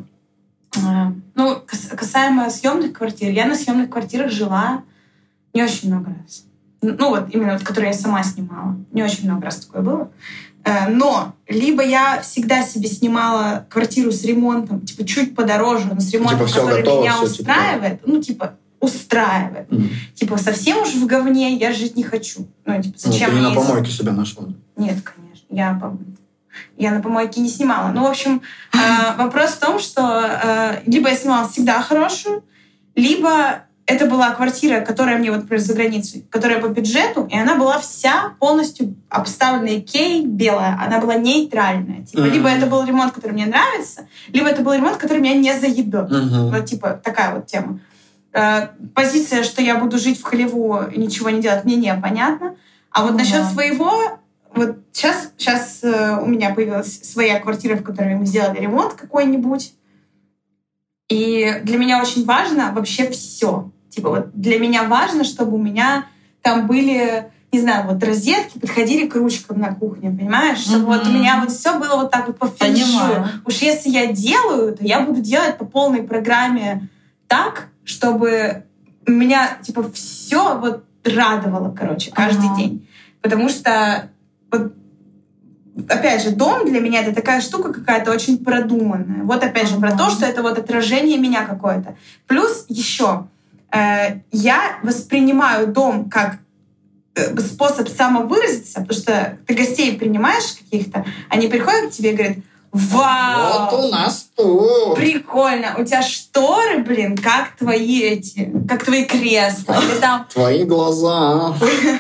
касаемо съемных квартир, я на съемных квартирах жила не очень много раз. Именно которые я сама снимала. Не очень много раз такое было. Но либо я всегда себе снимала квартиру с ремонтом, чуть подороже, но с ремонтом, который готово, меня устраивает, устраивает. Совсем уж в говне я жить не хочу. Зачем ты не на помойке себя нашла? Нет, конечно. Я на помойке не снимала. В общем, вопрос в том, что либо я снимала всегда хорошую, либо это была квартира, которая мне, например, за границей, которая по бюджету, и она была вся полностью обставлена Икеей, белая. Она была нейтральная. Либо это был ремонт, который мне нравится, либо это был ремонт, который меня не заебет. Такая вот тема. Позиция, что я буду жить в хлеву и ничего не делать, мне непонятно. А вот насчет своего... сейчас у меня появилась своя квартира, в которой мы сделали ремонт какой-нибудь. И для меня очень важно вообще все. Для меня важно, чтобы у меня там были, не знаю, розетки подходили к ручкам на кухне, понимаешь? Чтобы у меня все было так по фэншую. Уж если я делаю, то я буду делать по полной программе так, чтобы меня все радовало, каждый день. Потому что опять же, дом для меня — это такая штука какая-то очень продуманная. Опять же, про то, что это отражение меня какое-то. Плюс еще я воспринимаю дом как способ самовыразиться, потому что ты гостей принимаешь каких-то, они приходят к тебе и говорят: «Вау! Вот у нас тут! Прикольно! У тебя шторы, как твои кресла!» Твои глаза!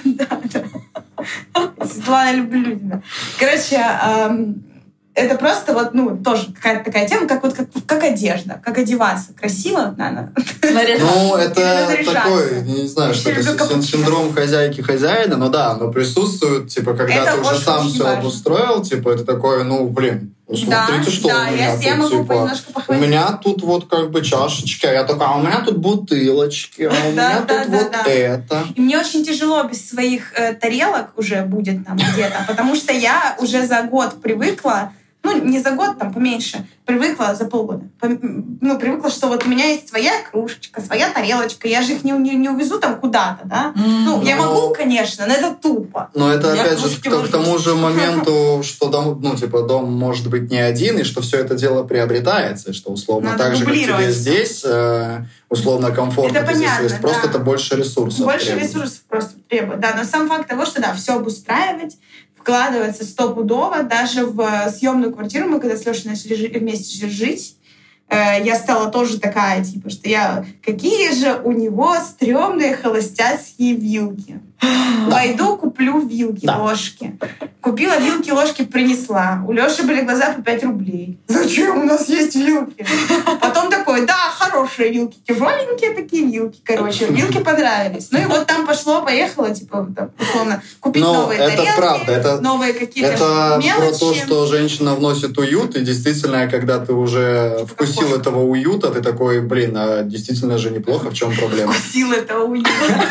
Светлана, люблю тебя. Короче, это просто тоже какая-то такая тема, как одежда, как одеваться. Красиво надо. Это такой, не знаю, что это синдром хозяйки-хозяина, но да, оно присутствует, когда ты уже сам все обустроил, это такое, Смотрите, что да, у меня я тут, могу типа, немножко у похвалить. меня тут вот как бы чашечки, а я такая, а у меня тут бутылочки, а у меня тут вот это. И мне очень тяжело без своих тарелок уже будет там где-то, потому что я уже за год привыкла, ну, не за год, там, поменьше, привыкла за полгода. Привыкла, что вот у меня есть своя кружечка, своя тарелочка, я же их не увезу там куда-то, да? Я могу, конечно, но это тупо. Но это, опять же, к тому же моменту, что дом может быть не один, и что все это дело приобретается, и что, условно, надо так же, как тебе здесь, условно, комфортно, это понятно, здесь есть, просто это больше ресурсов. Больше ресурсов просто требует, да. Но сам факт того, что, да, все обустраивать, вкладываться стопудово, даже в съемную квартиру, мы когда с Лешей начали вместе жить, я стала тоже такая, типа, что какие же у него стрёмные холостяцкие вилки. Пойду куплю вилки, ложки. Купила вилки, ложки, принесла. У Лёши были глаза по 5 рублей. Зачем у нас есть вилки? Потом такой, да, хорошие вилки, тяжеленькие такие вилки, короче. Вилки понравились. Ну и вот там пошло-поехало, типа, условно, купить новые тарелки, правда, новые какие-то это мелочи. про то, что женщина вносит уют, и действительно, когда ты уже вкусил этого уюта, ты такой, действительно же неплохо, в чем проблема? Вкусил этого уюта.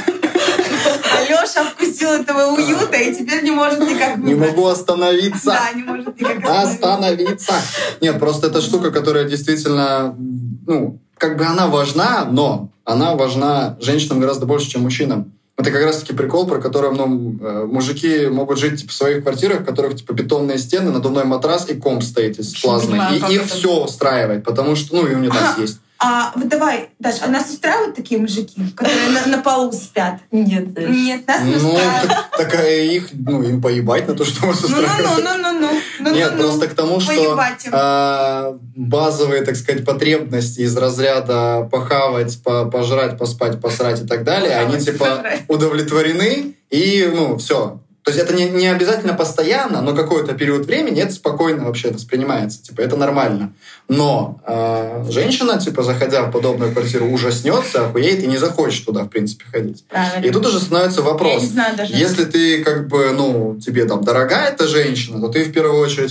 Лёша вкусил этого уюта и теперь не может никак выбраться. Не могу остановиться. Да, не может никак остановиться. Нет, просто это штука, которая действительно, она важна, но она важна женщинам гораздо больше, чем мужчинам. Это как раз-таки прикол, про который мужики могут жить в своих квартирах, в которых бетонные стены, надувной матрас и комп стоит из плазмы. И их все устраивает, потому что, и унитаз есть. Давай, Даша, а нас устраивают такие мужики, которые на полу спят? Нет. Нет, нас не устраивают. Такая им поебать на то, что вас устраивает. Нет, просто к тому, что базовые, так сказать, потребности из разряда похавать, пожрать, поспать, посрать и так далее, они удовлетворены, и все. То есть это не обязательно постоянно, но какой-то период времени это спокойно вообще воспринимается. Это нормально. Но женщина, заходя в подобную квартиру, ужаснется, охуеет и не захочет туда, в принципе, ходить. Правильно. И тут уже становится вопрос. Я не знаю даже. Если ты, тебе там дорогая эта женщина, то ты в первую очередь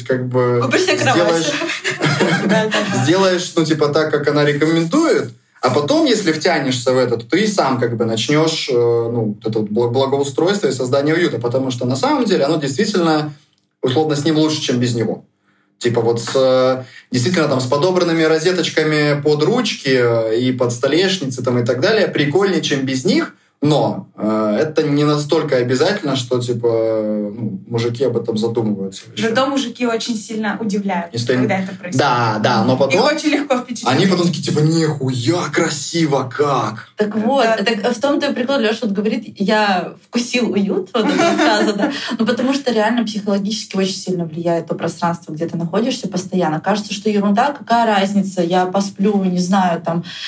сделаешь, так, как она рекомендует. А потом, если втянешься в это, то ты и сам начнешь это благоустройство и создание уюта, потому что на самом деле оно действительно, условно, с ним лучше, чем без него. Действительно, с подобранными розеточками под ручки и под столешницы и так далее прикольнее, чем без них, но это не настолько обязательно, что мужики об этом задумываются. Зато мужики очень сильно удивляются, когда это происходит. Да, но потом... Их очень легко впечатлить. Они потом такие, нихуя красиво как! Так вот, это в том-то и прикол, Леша говорит, я вкусил уют, вот эта фраза, да, потому что реально психологически очень сильно влияет то пространство, где ты находишься постоянно. Кажется, что ерунда, какая разница, я посплю, не знаю,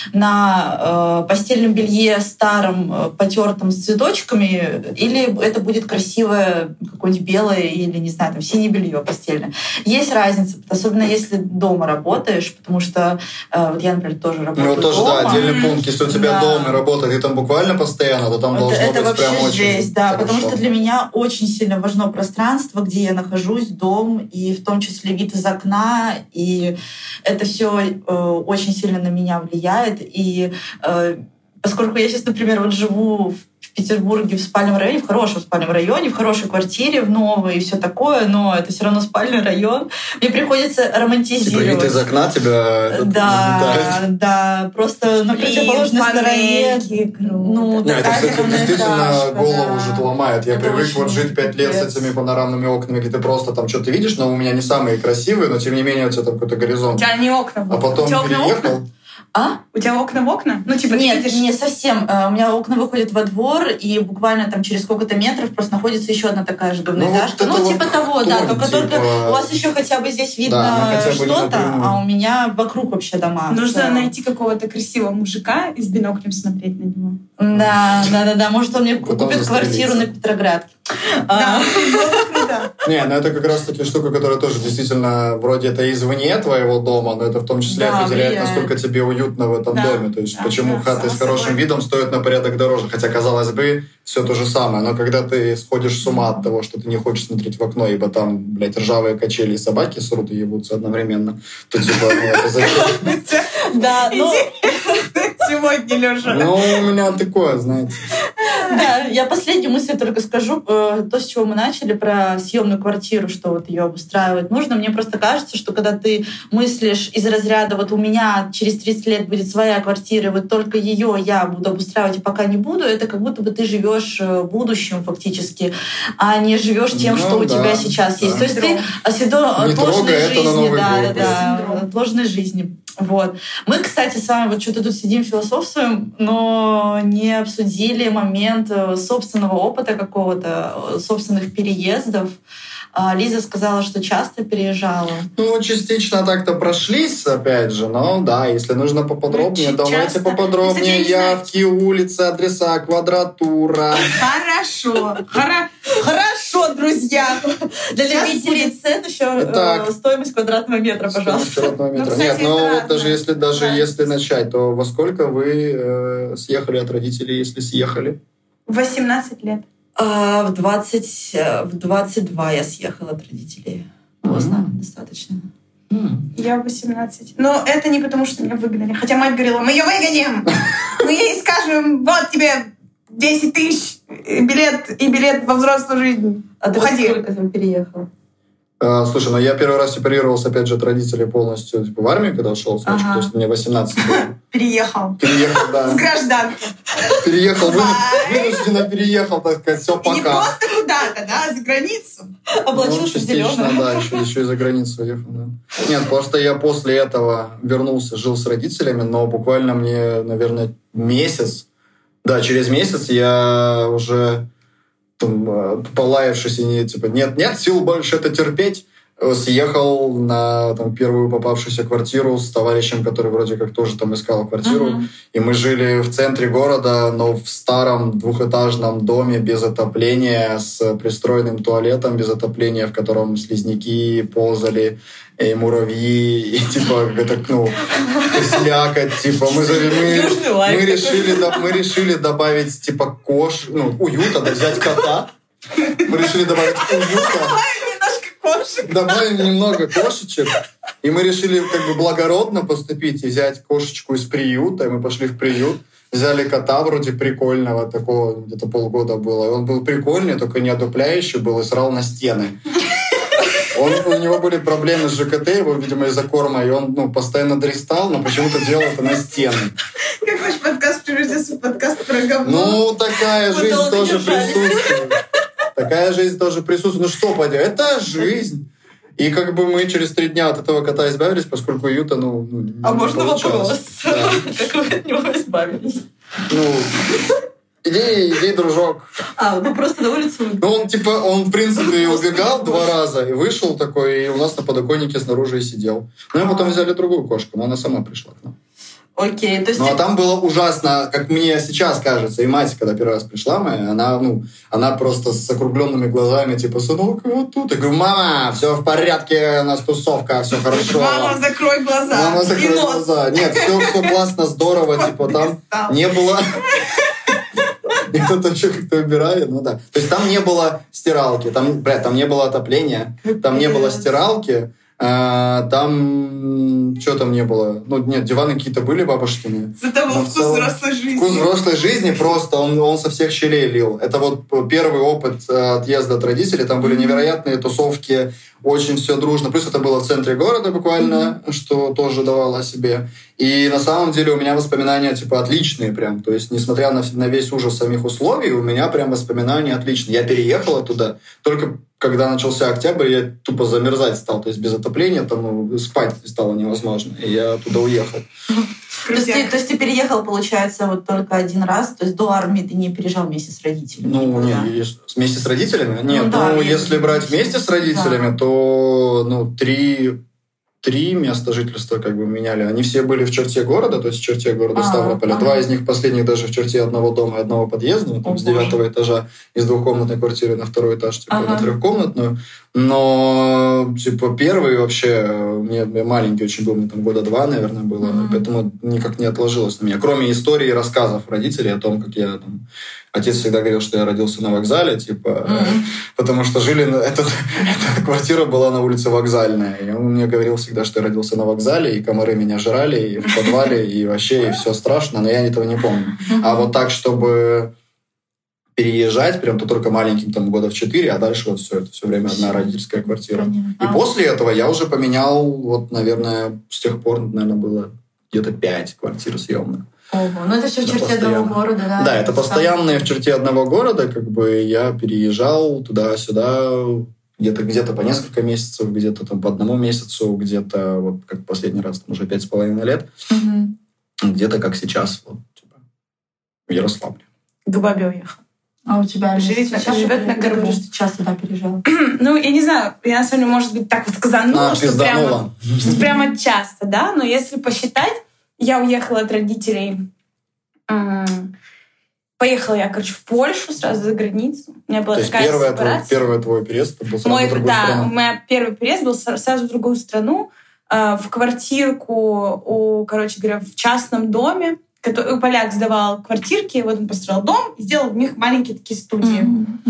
на постельном белье старом, потертым с цветочками, или это будет красивое какое-нибудь белое или, не знаю, синее белье постельное. Есть разница, особенно если дома работаешь, потому что я, например, тоже работаю дома. Тоже, да, отдельный пункт. Если у тебя дом и работа, ты там буквально постоянно, то там должно это быть прям очень жесть, да, хорошо. потому что для меня очень сильно важно пространство, где я нахожусь, дом, и в том числе вид из окна, и это все очень сильно на меня влияет. И поскольку я сейчас, например, живу в Петербурге в спальном районе, в хорошем спальном районе, в хорошей квартире, в новой и все такое, но это все равно спальный район, мне приходится романтизировать. Вид из окна тебя... Да, просто на противоположной стороне. Это, кстати, действительно голову уже ломает. Я привык жить 5 лет с этими панорамными окнами, где ты просто что-то видишь, но у меня не самые красивые, но тем не менее у тебя какой-то горизонт. У тебя не окна. А потом переехал. У тебя окна в окна? Нет, не совсем. У меня окна выходят во двор, и буквально через сколько-то метров просто находится еще одна такая же двухэтажка. Того, да. Только у вас еще хотя бы здесь видно что-то, а у меня вокруг вообще дома. Нужно найти какого-то красивого мужика и с биноклем смотреть на него. Да. Может, он мне купит квартиру на Петроградке. Да, Не, это как раз-таки штука, которая тоже действительно вроде это извне твоего дома, но это в том числе определяет, насколько тебе уютно уютно в этом доме. То есть почему хаты с хорошим видом стоят на порядок дороже. Хотя, казалось бы, все то же самое. Но когда ты сходишь с ума от того, что ты не хочешь смотреть в окно, ибо там, блядь, ржавые качели и собаки срут и ебутся одновременно, то типа, это зачем? Да, ну... Сегодня, Лёша. Ну, у меня такое, знаете. Да, я последнюю мысль только скажу. То, с чего мы начали, про съемную квартиру, что вот ее обустраивать нужно. Мне просто кажется, что когда ты мыслишь из разряда вот у меня через 30 лет будет своя квартира, вот только ее я буду обустраивать, и пока не буду, это как будто бы ты живешь будущим фактически, а не живешь тем, что у тебя сейчас есть. То есть ты отложенной жизни, отложенной жизни. Вот. Мы, кстати, с вами вот что-то тут сидим, философствуем, но не обсудили момент собственного опыта какого-то, собственных переездов. Лиза сказала, что часто переезжала. Ну, частично так-то прошлись, опять же, но да, если нужно поподробнее, давайте поподробнее. Явки, улицы, адреса, квадратура. Хорошо, друзья. Для любителей цен еще стоимость квадратного метра, пожалуйста. Нет, но даже если начать, то во сколько вы съехали от родителей, если съехали? 18 лет. В 22 я съехала от родителей. Поздно, достаточно. Я 18. Но это не потому, что меня выгнали. Хотя мать говорила, мы ее выгоним! Мы ей скажем, вот тебе 10 тысяч билет во взрослую жизнь. А ты уходи. Сколько там переехала? Слушай, ну я первый раз сепарировался, опять же, от родителей полностью типа, в армию, когда ушел, значит, то есть мне 18 было. Переехал, да. с гражданки. Переехал, вынужденно переехал, так сказать, все пока. И не просто куда-то, да, за границу. Облачился в зелёное. Да, еще и за границу уехал, да. Нет, просто я после этого вернулся, жил с родителями, но буквально мне, наверное, месяц, да, через месяц я уже... полаявшись, и типа нет сил больше это терпеть, съехал на первую попавшуюся квартиру с товарищем, который вроде как тоже там искал квартиру. И мы жили в центре города, но в старом двухэтажном доме без отопления, с пристроенным туалетом без отопления, в котором слизняки ползали, и муравьи, и типа слякоть, типа мы решили добавить типа уюта, взять кота. Мы решили добавить уюта. Добавим немного кошечек. И мы решили благородно поступить и взять кошечку из приюта. И мы пошли в приют. Взяли кота вроде прикольного, такого где-то полгода было. И он был прикольный, только не отупляющий был и срал на стены. У него были проблемы с ЖКТ, его, видимо, из-за корма, и он постоянно дристал, но почему-то делал это на стены. Как ваш подкаст превратился в подкаст про говно? Ну, такая жизнь тоже присутствует. Такая жизнь тоже присутствует. Ну что поделать, это жизнь. И мы через 3 дня от этого кота избавились, поскольку уюта, А можно вопрос? Как вы от него избавились? Иди, дружок. Вы просто на улицу? Он в принципе убегал 2 раза и вышел такой, и у нас на подоконнике снаружи и сидел. Ну, и потом взяли другую кошку, но она сама пришла к нам. Окей, то есть... Ну, а там было ужасно, как мне сейчас кажется, и мать, когда первый раз пришла моя, она просто с округленными глазами, типа, сынок, вот тут. Я говорю, мама, все в порядке, у нас тусовка, все хорошо. Мама, закрой глаза. Мама, закрой глаза. Нет, все классно, здорово, типа, там не было... И кто-то еще как-то убирает, да. То есть там не было стиралки, там не было отопления, там не было стиралки, там... Что там не было? Нет, диваны какие-то были бабушкины. Зато был вкус взрослой жизни. Вкус взрослой жизни просто, он со всех щелей лил. Это первый опыт отъезда от родителей. Там были невероятные тусовки, очень все дружно. Плюс это было в центре города буквально, что тоже давало о себе. И на самом деле у меня воспоминания отличные прям. То есть, несмотря на весь ужас самих условий, у меня прям воспоминания отличные. Я переехала туда только когда начался октябрь, я тупо замерзать стал. То есть без отопления спать стало невозможно. И я оттуда уехал. То есть ты переехал, получается, только 1 раз? То есть до армии ты не переезжал вместе с родителями? Нет, вместе с родителями? Нет, если брать вместе с родителями, то 3 3 места жительства как бы меняли. Они все были в черте города, то есть в черте города Ставрополя. 2 из них последних даже в черте одного дома и одного подъезда, там, с 9 этажа из 2-комнатной квартиры на 2-й этаж, типа, на 3-комнатную. Но, типа, первый вообще, мне маленький очень был, мне там 2 года, наверное, было, поэтому никак не отложилось на меня. Кроме истории и рассказов родителей о том, как я там... Отец всегда говорил, что я родился на вокзале, типа, потому что жили... Эта квартира была на улице Вокзальная. И он мне говорил всегда, что я родился на вокзале, и комары меня жрали, и в подвале, и вообще, и все страшно, но я этого не помню. А вот так, чтобы переезжать, прям то только маленьким, там, 4 года, а дальше вот все, это все время одна родительская квартира. И после этого я уже поменял, вот, наверное, с тех пор, наверное, было где-то 5 квартир съемных. Ого, ну это все в черте одного города, да? Да, это постоянные в черте одного города, как бы я переезжал туда-сюда, где-то по несколько месяцев, где-то там по 1 месяцу, где-то вот как последний раз там уже 5,5 лет, где-то как сейчас, вот, типа, в Ярославле. К бабе уехал. А у тебя живет на Горбу. Ты часто туда переезжала? Ну, я не знаю, я на самом деле, может быть, так вот сказанула, что прямо часто, да, но если посчитать, я уехала от родителей. Поехала я, в Польшу, сразу за границу. У меня была такая сепарация. Первый твой переезд был сразу в другую страну? Да, мой первый переезд был сразу в другую страну, в квартирку, в частном доме. Поляк сдавал квартирки, вот он построил дом и сделал в них маленькие такие студии,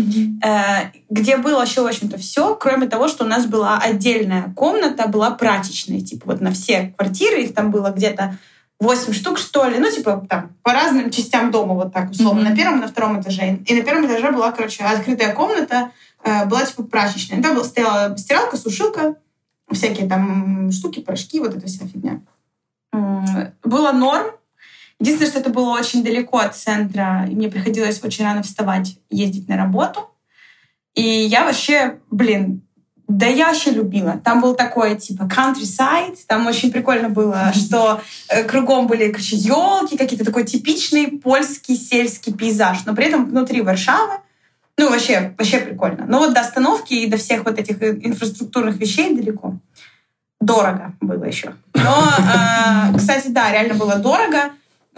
где было вообще, в общем-то, все, кроме того, что у нас была отдельная комната, была прачечная, типа вот на все квартиры, их там было где-то 8 штук, что ли, ну, типа, там, по разным частям дома, вот так, условно, на 1-м и на 2-м этаже. И на 1-м этаже была, открытая комната, была, типа, прачечная. Там стояла стиралка, сушилка, всякие там штуки, порошки, вот эта вся фигня. Было норм. Единственное, что это было очень далеко от центра, и мне приходилось очень рано вставать, ездить на работу. И я вообще, я вообще любила. Там был такой, типа, countryside. Там очень прикольно было, что кругом были, елки, какие-то такой типичный польский сельский пейзаж, но при этом внутри Варшавы. Ну, вообще прикольно. Но вот до остановки и до всех вот этих инфраструктурных вещей далеко. Дорого было еще. Но, кстати, да, реально было дорого.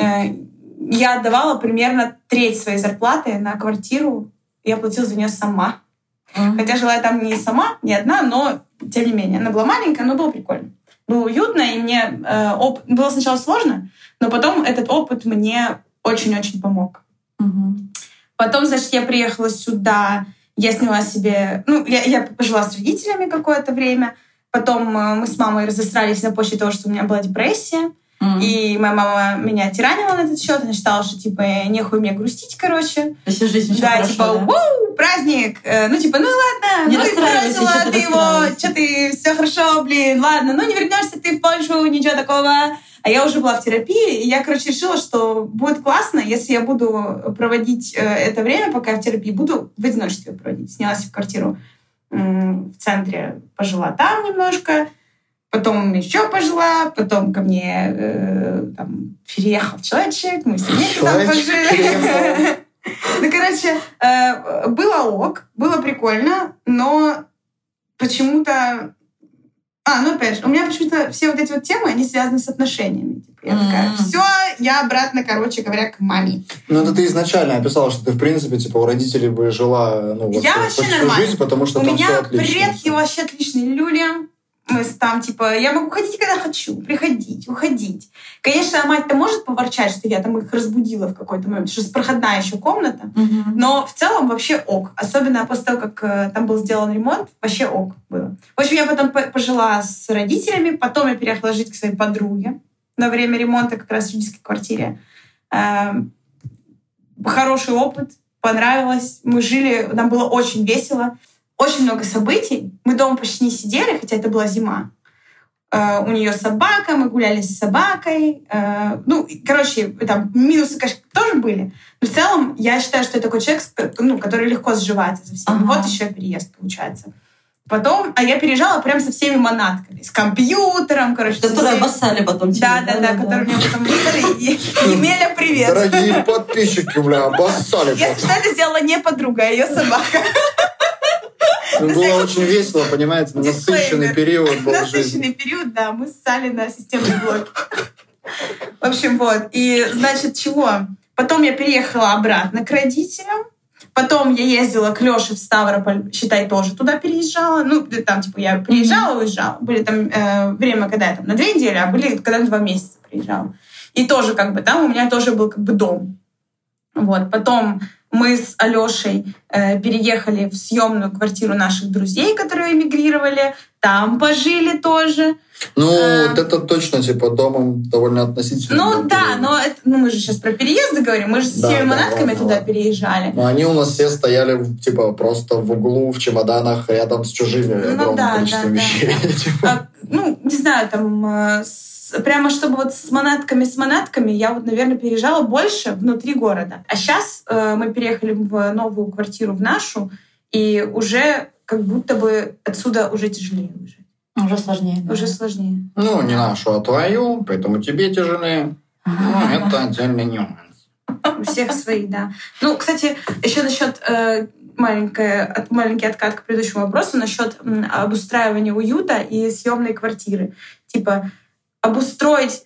Я отдавала примерно 1/3 своей зарплаты на квартиру. Я платила за нее сама. Хотя жила я там не сама, не одна, но тем не менее. Она была маленькая, но было прикольно. Было уютно, и мне было сначала сложно, но потом этот опыт мне очень-очень помог. Потом, значит, я приехала сюда, я сняла себе... Ну, я пожила с родителями какое-то время. Потом мы с мамой разосрались на почве того, что у меня была депрессия. И моя мама меня тиранила на этот счет. Она считала, что, типа, нехуй мне грустить, короче. Всю жизнь все хорошо, типа, воу, праздник. Ну, типа, ну ладно, не ну и бросила ты его, что ты, все хорошо, ладно, ну не вернешься ты в Польшу, ничего такого. А я уже была в терапии, и я, решила, что будет классно, если я буду проводить это время, пока я в терапии, буду в одиночестве проводить. Снялась в квартиру в центре, пожила там немножко, потом еще пожила, потом ко мне переехал человечек, мы с ним там пожили. Ну, было ок, было прикольно, но почему-то... опять же, у меня почему-то все вот эти вот темы, они связаны с отношениями. Типа, я такая, все, я обратно, к маме. Ну, это ты изначально описала, что ты, в принципе, типа, у родителей бы жила, я вообще нормально. Жизнь, потому что там все отлично. У меня предки вообще отличные люди. Мы там, типа, я могу ходить, когда хочу, приходить, уходить. Конечно, мать-то может поворчать, что я там их разбудила в какой-то момент, что проходная еще комната, но в целом вообще ок. Особенно после того, как там был сделан ремонт, вообще ок было. В общем, я потом пожила с родителями, потом я переехала жить к своей подруге на время ремонта как раз в родительской квартире. Хороший опыт, понравилось. Мы жили, нам было очень весело. Очень много событий. Мы дома почти не сидели, хотя это была зима. У нее собака, мы гуляли с собакой. Там минусы, конечно, тоже были. Но в целом я считаю, что я такой человек, который легко сживается со всеми. Вот еще переезд получается. Потом, я переезжала прям со всеми манатками. С компьютером, которые обоссали потом тебя. Да, которые мне потом выдали. Емеля, привет. Дорогие подписчики, обоссали. Если что, это сделала не подруга, а ее собака. Было очень весело, понимаете, насыщенный период был в жизни. Насыщенный период, да, мы ссали на системные блоки. В общем, вот. И, значит, чего? Потом я переехала обратно к родителям. Потом я ездила к Лёше в Ставрополь, считай, тоже туда переезжала. Ну, там, типа, я приезжала, уезжала. Были там время, когда я там на 2 недели, а были, когда на 2 месяца приезжала. И тоже, как бы, там у меня тоже был, как бы, дом. Вот. Потом мы с Алёшей переехали в съемную квартиру наших друзей, которые эмигрировали. Там пожили тоже. Ну, вот это точно, типа, домом довольно относительно. Ну, да, но это, мы же сейчас про переезды говорим. Мы же с всеми манатками туда переезжали. Но они у нас все стояли, типа, просто в углу, в чемоданах, рядом с чужими огромным количеством вещей. Не знаю, там... Прямо чтобы вот с манатками я вот, наверное, переезжала больше внутри города. А сейчас мы переехали в новую квартиру, в нашу, и уже как будто бы отсюда уже тяжелее уезжать. Уже сложнее. Да. Уже сложнее. Ну, не нашу, а твою, поэтому тебе тяжелее. Ну, это отдельный нюанс. У всех свои, да. Ну, кстати, еще насчет маленький откат к предыдущему вопросу, насчет обустраивания уюта и съемной квартиры. Типа, обустроить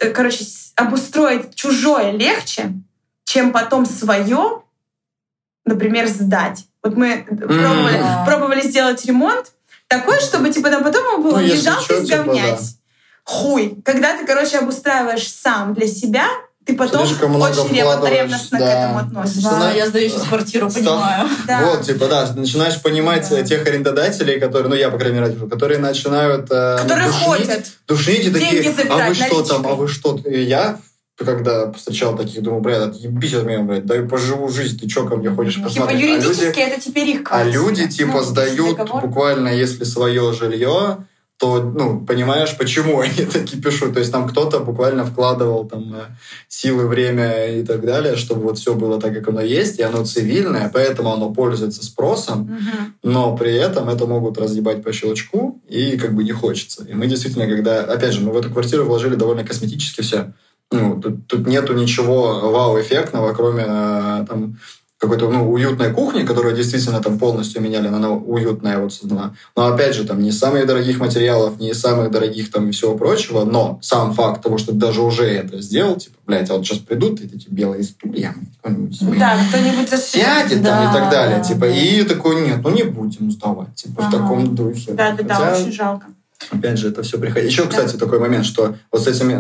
чужое легче, чем потом свое, например, сдать. Вот мы пробовали сделать ремонт такой, чтобы типа там потом было не жалко изговнять. Типа, да. Хуй. Когда ты, обустраиваешь сам для себя, ты потом очень ревностно к этому относишься. Да, я сдаю сейчас квартиру, понимаю. Да. Вот, типа, да, начинаешь понимать тех арендодателей, которые, ну, я, по крайней мере, которые начинают душнить и такие, а вы что там, а вы что? Я, когда встречал таких, думаю, блядь, отъебись от меня, блядь, дай поживу жизнь, ты чё ко мне ходишь посмотреть? Типа юридически это теперь их квартира. А люди, типа, сдают буквально, если свое жилье, то, понимаешь, почему они такие пишут. То есть там кто-то буквально вкладывал там силы, время и так далее, чтобы вот все было так, как оно есть, и оно цивильное, поэтому оно пользуется спросом, но при этом это могут разъебать по щелчку, и как бы не хочется. И мы действительно, когда, опять же, мы в эту квартиру вложили довольно косметически все. Тут нету ничего вау-эффектного, кроме там какой-то уютной кухни, которую действительно там полностью меняли, она уютная вот создана. Но опять же, там не из самых дорогих материалов, не из самых дорогих там и всего прочего, но сам факт того, что ты даже уже это сделал, типа, блядь, а вот сейчас придут эти белые стулья, да, кто-нибудь сядет там и так далее, типа, и такой, нет, не будем сдавать, типа, в таком духе. Да, очень жалко. Опять же, это все приходит. Еще, кстати, такой момент, что вот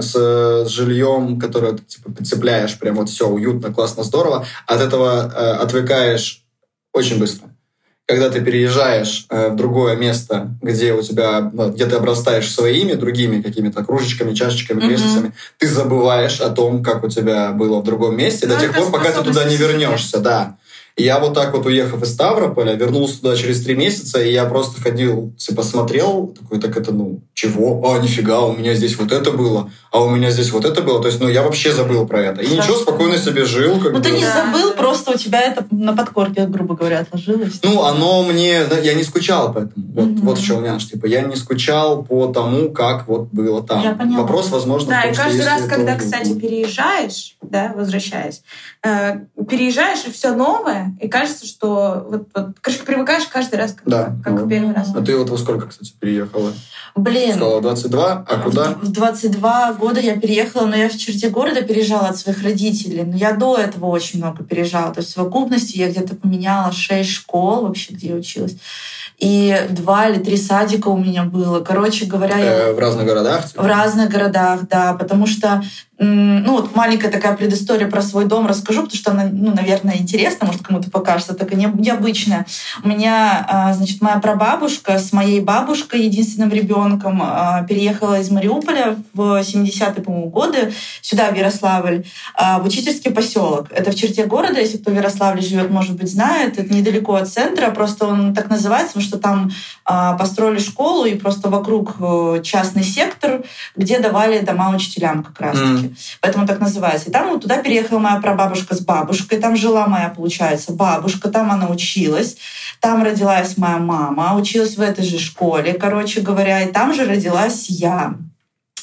с жильем, которое ты типа прицепляешь, прям вот все уютно, классно, здорово, от этого отвыкаешь очень быстро. Когда ты переезжаешь в другое место, где у тебя, где ты обрастаешь своими, другими какими-то кружечками, чашечками, крестицами, ты забываешь о том, как у тебя было в другом месте, до тех пор, пока ты туда не вернешься, да. И я вот так вот, уехав из Ставрополя, вернулся туда через 3 месяца, и я просто ходил, типа, смотрел, такой, так это, чего? А, нифига, у меня здесь вот это было, а у меня здесь вот это было. То есть, я вообще забыл про это. И ничего, спокойно себе жил. Ты не забыл, просто у тебя это на подкорке, грубо говоря, отложилось. Оно мне... Я не скучал по этому. Вот в чем нюанс. Типа, я не скучал по тому, как вот было там. Я поняла. Вопрос, возможно, да, в том, и каждый раз, когда, кстати, переезжаешь, да, возвращаясь, переезжаешь, и все новое, и кажется, что короче, привыкаешь каждый раз, как в первый раз. А ты вот во сколько, кстати, переехала? Блин. Сказала, 22, а куда? В 22 года я переехала, но я в черте города переезжала от своих родителей. Но я до этого очень много переезжала. То есть в совокупности я где-то поменяла 6 школ вообще, где я училась. И 2 или 3 садика у меня было. Короче говоря... В разных городах? В разных городах, да. Потому что маленькая такая предыстория про свой дом расскажу, потому что она, наверное, интересна, может, кому-то покажется, такая необычная. У меня, значит, моя прабабушка с моей бабушкой, единственным ребенком, переехала из Мариуполя в 70-е, по-моему, годы сюда, в Ярославль, в учительский поселок. Это в черте города, если кто в Ярославле живет, может быть, знает. Это недалеко от центра, просто он так называется, потому что там построили школу, и просто вокруг частный сектор, где давали дома учителям как раз-таки. Поэтому так называется. И там туда переехала моя прабабушка с бабушкой. Там жила моя, получается, бабушка. Там она училась. Там родилась моя мама. Училась в этой же школе, короче говоря. И там же родилась я.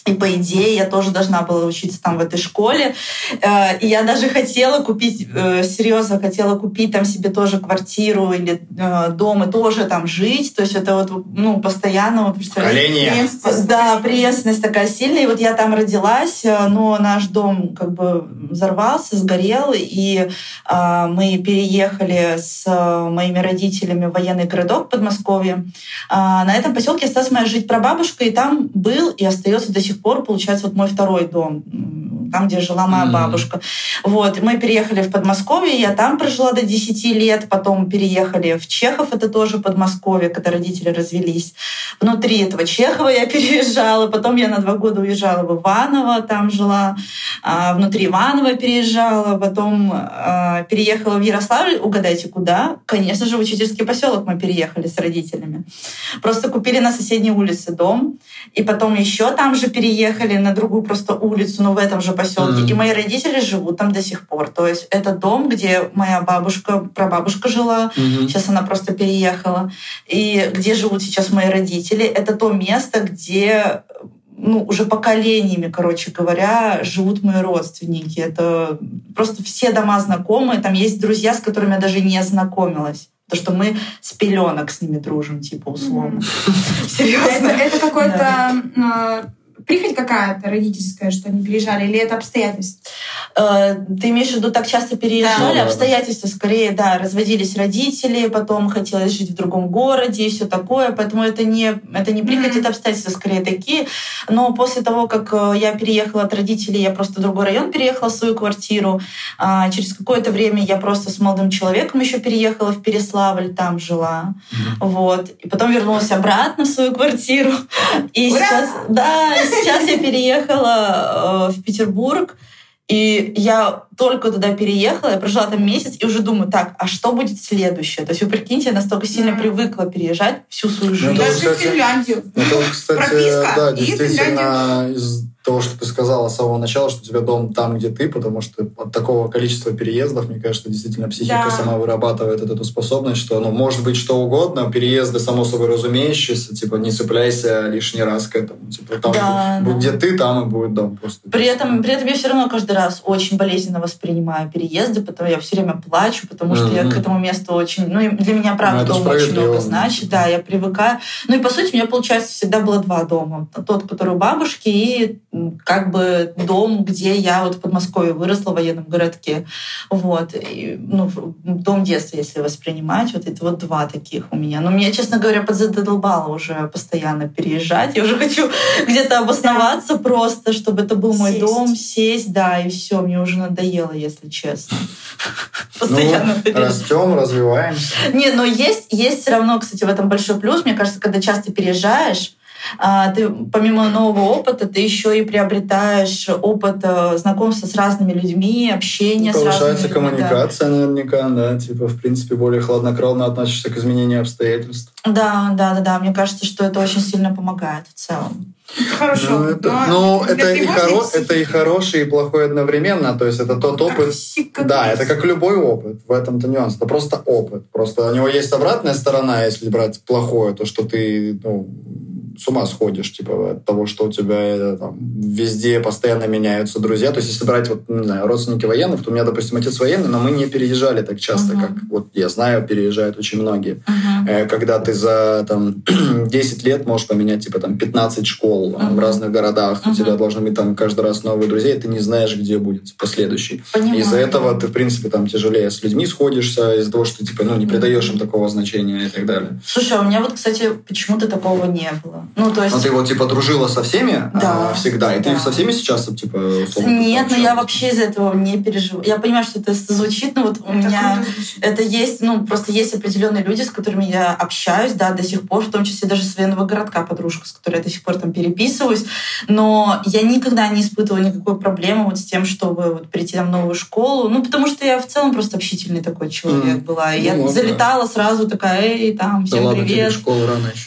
И, по идее, я тоже должна была учиться там в этой школе. И я даже хотела купить, серьезно, хотела купить там себе тоже квартиру или дом и тоже там жить. То есть это вот, ну, постоянно... Вот, да, преемственность такая сильная. И вот я там родилась, но наш дом как бы взорвался, сгорел, и мы переехали с моими родителями в военный городок в Подмосковье. На этом поселке осталась моя жить прабабушка, и там был и остается до сих пор, получается, вот мой второй дом, там, где жила моя бабушка. Вот. Мы переехали в Подмосковье, я там прожила до 10 лет, потом переехали в Чехов, это тоже Подмосковье, когда родители развелись. Внутри этого Чехова я переезжала, потом я на 2 года уезжала в Иваново, там жила, внутри Иваново переезжала, потом переехала в Ярославль, угадайте, куда? Конечно же, в учительский поселок мы переехали с родителями. Просто купили на соседней улице дом, и потом еще там же переехали на другую просто улицу, но в этом же поселке. И мои родители живут там до сих пор. То есть это дом, где моя бабушка, прабабушка жила, сейчас она просто переехала, и где живут сейчас мои родители. Это то место, где, ну, уже поколениями, короче говоря, живут мои родственники. Это просто все дома знакомые. Там есть друзья, с которыми я даже не знакомилась. Потому что мы с пеленок с ними дружим, типа, условно. Серьезно. Это какой-то... Прихоть какая-то родительская, что они переезжали, или это обстоятельства? Ты имеешь в виду, так часто переезжали? Да. Обстоятельства скорее, да, разводились родители, потом хотелось жить в другом городе и все такое, поэтому это не прихоть, это обстоятельства скорее такие. Но после того, как я переехала от родителей, я просто в другой район переехала в свою квартиру. Через какое-то время я просто с молодым человеком еще переехала в Переславль, там жила. Вот. И потом вернулась обратно в свою квартиру. И сейчас я переехала в Петербург, и я только туда переехала, я прожила там месяц, и уже думаю, так, а что будет следующее? То есть вы прикиньте, я настолько сильно привыкла переезжать всю свою жизнь. Даже в Финляндию. Это, кстати, прописка, да, действительно, из того, что ты сказала с самого начала, что у тебя дом там, где ты, потому что от такого количества переездов, мне кажется, действительно психика сама вырабатывает эту способность, что может быть что угодно, переезды, само собой разумеющиеся, типа, не цепляйся лишний раз к этому. Типа, там, где ты, там и будет дом. Просто. При этом я все равно каждый раз очень болезненно воспринимаю переезды, потому я все время плачу, потому что я к этому месту очень... для меня, правда, дом очень много значит. Да, я привыкаю. И, по сути, у меня, получается, всегда было 2 дома. Тот, который у бабушки, и как бы дом, где я вот в Подмосковье выросла, в военном городке. Вот. И, дом детства, если воспринимать. Вот это вот 2 таких у меня. Но меня, честно говоря, подзадолбало уже постоянно переезжать. Я уже хочу где-то обосноваться просто, чтобы это был мой дом, сесть, да, и все. Мне уже надоело, если честно. Постоянно растем, развиваемся. Не, но есть все равно, кстати, в этом большой плюс. Мне кажется, когда часто переезжаешь, ты помимо нового опыта, ты еще и приобретаешь опыт знакомства с разными людьми, общения с разными людьми. Повышается коммуникация, наверняка, да, типа, в принципе, более хладнокровно относишься к изменению обстоятельств. Да. Мне кажется, что это очень сильно помогает в целом. Хорошо. Это и хороший, и плохой одновременно. То есть это тот опыт. Да, это как любой опыт. В этом-то нюанс. Это просто опыт. Просто у него есть обратная сторона, если брать плохое, то, что ты с ума сходишь, типа, от того, что у тебя там везде постоянно меняются друзья. То есть если брать, родственники военных, то у меня, допустим, отец военный, но мы не переезжали так часто, как я знаю, переезжают очень многие. Когда ты за 10 лет можешь поменять, 15 школ в разных городах, у тебя должны быть там каждый раз новые друзья, и ты не знаешь, где будет последующий. Из-за этого ты, в принципе, тяжелее с людьми сходишься, из-за того, что ты, не придаешь им такого значения и так далее. Слушай, у меня кстати, почему-то такого не было. То есть... Но ты дружила со всеми всегда, и ты со всеми сейчас, условно... Нет, но я вообще из-за этого не переживаю. Я понимаю, что это звучит, но у меня это есть, просто есть определенные люди, с которыми я общаюсь, да, до сих пор, в том числе даже с военного городка подружка, с которой я до сих пор там переписываюсь, но я никогда не испытывала никакой проблемы с тем, чтобы прийти в новую школу, потому что я в целом просто общительный такой человек была. И я залетала сразу такая, эй, там, всем привет. Тебе в школу рано еще.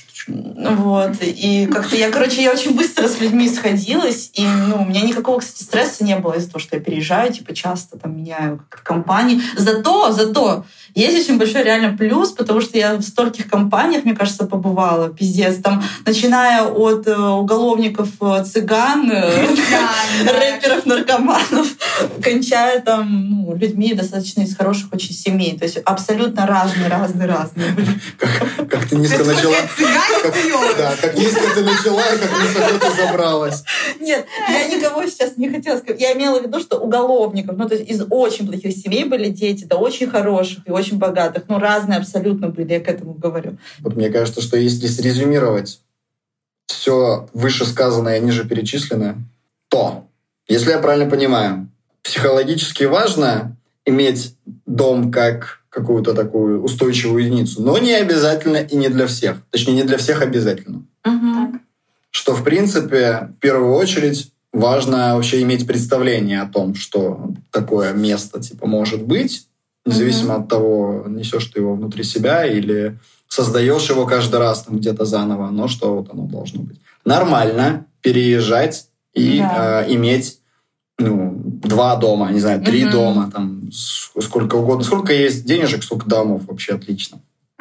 И как-то я очень быстро с людьми сходилась, и у меня никакого, кстати, стресса не было из-за того, что я переезжаю, часто меняю компании. Зато Есть очень большой реально плюс, потому что я в стольких компаниях, мне кажется, побывала, пиздец, там, начиная от уголовников, цыган, рэперов, наркоманов, кончая там людьми достаточно из хороших очень семей. То есть абсолютно разные. Как ты низко начала. Как низко ты начала и как высоко ты забралась. Нет, я никого сейчас не хотела сказать. Я имела в виду, что уголовников, то есть из очень плохих семей были дети, да очень хороших и очень богатых, разные абсолютно были, я к этому говорю. Вот мне кажется, что если срезюмировать все вышесказанное и ниже перечисленное, то, если я правильно понимаю, психологически важно иметь дом как какую-то такую устойчивую единицу, но не обязательно и не для всех. Точнее, не для всех обязательно. Угу. Что, в принципе, в первую очередь важно вообще иметь представление о том, что такое место может быть, независимо от того, несешь ты его внутри себя или создаешь его каждый раз там где-то заново, но что вот оно должно быть. Нормально переезжать и иметь 2 дома, не знаю, 3 дома, там сколько угодно. Сколько есть денежек, столько домов, вообще отлично.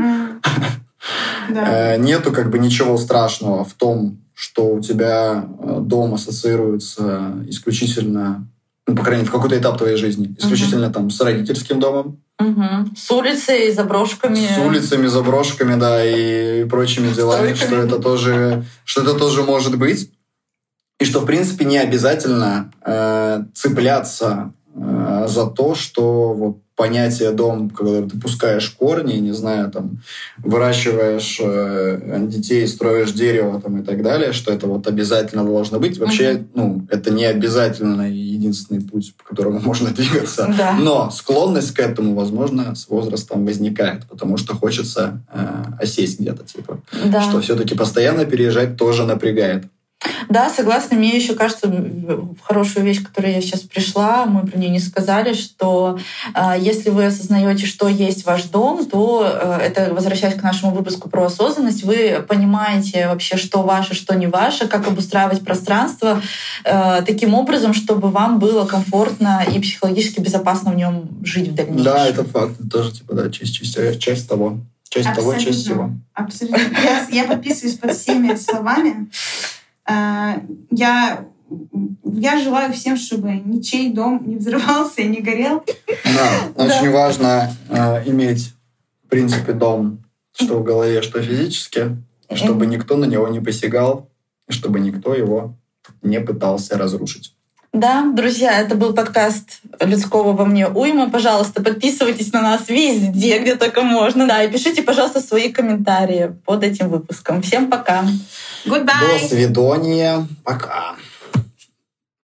Нету ничего страшного в том, что у тебя дом ассоциируется исключительно, по крайней мере, в какой-то этап твоей жизни, исключительно там с родительским домом. С улицей, заброшками. С улицами, заброшками, да, и прочими делами, что это тоже может быть. И что, в принципе, не обязательно цепляться за то, что понятие «дом», когда ты пускаешь корни, не знаю, там, выращиваешь детей, строишь дерево там, и так далее, что это обязательно должно быть. Вообще, это не обязательно единственный путь, по которому можно двигаться. Да. Но склонность к этому, возможно, с возрастом возникает, потому что хочется осесть где-то, что все-таки постоянно переезжать тоже напрягает. Да, согласна. Мне еще кажется, хорошую вещь, к которой я сейчас пришла, мы про нее не сказали, что если вы осознаете, что есть ваш дом, то это, возвращаясь к нашему выпуску про осознанность, вы понимаете вообще, что ваше, что не ваше, как обустраивать пространство таким образом, чтобы вам было комфортно и психологически безопасно в нем жить в дальнейшем. Да, это факт. Тоже часть того. Часть того, часть всего. Абсолютно. Я подписываюсь под всеми словами. Я желаю всем, чтобы ничей дом не взрывался и не горел. Да, очень важно иметь, в принципе, дом, что в голове, что физически, чтобы никто на него не посягал, и чтобы никто его не пытался разрушить. Да, друзья, это был подкаст «Людского во мне уйма». Пожалуйста, подписывайтесь на нас везде, где только можно. Да, и пишите, пожалуйста, свои комментарии под этим выпуском. Всем пока. Goodbye. До свидания. Пока.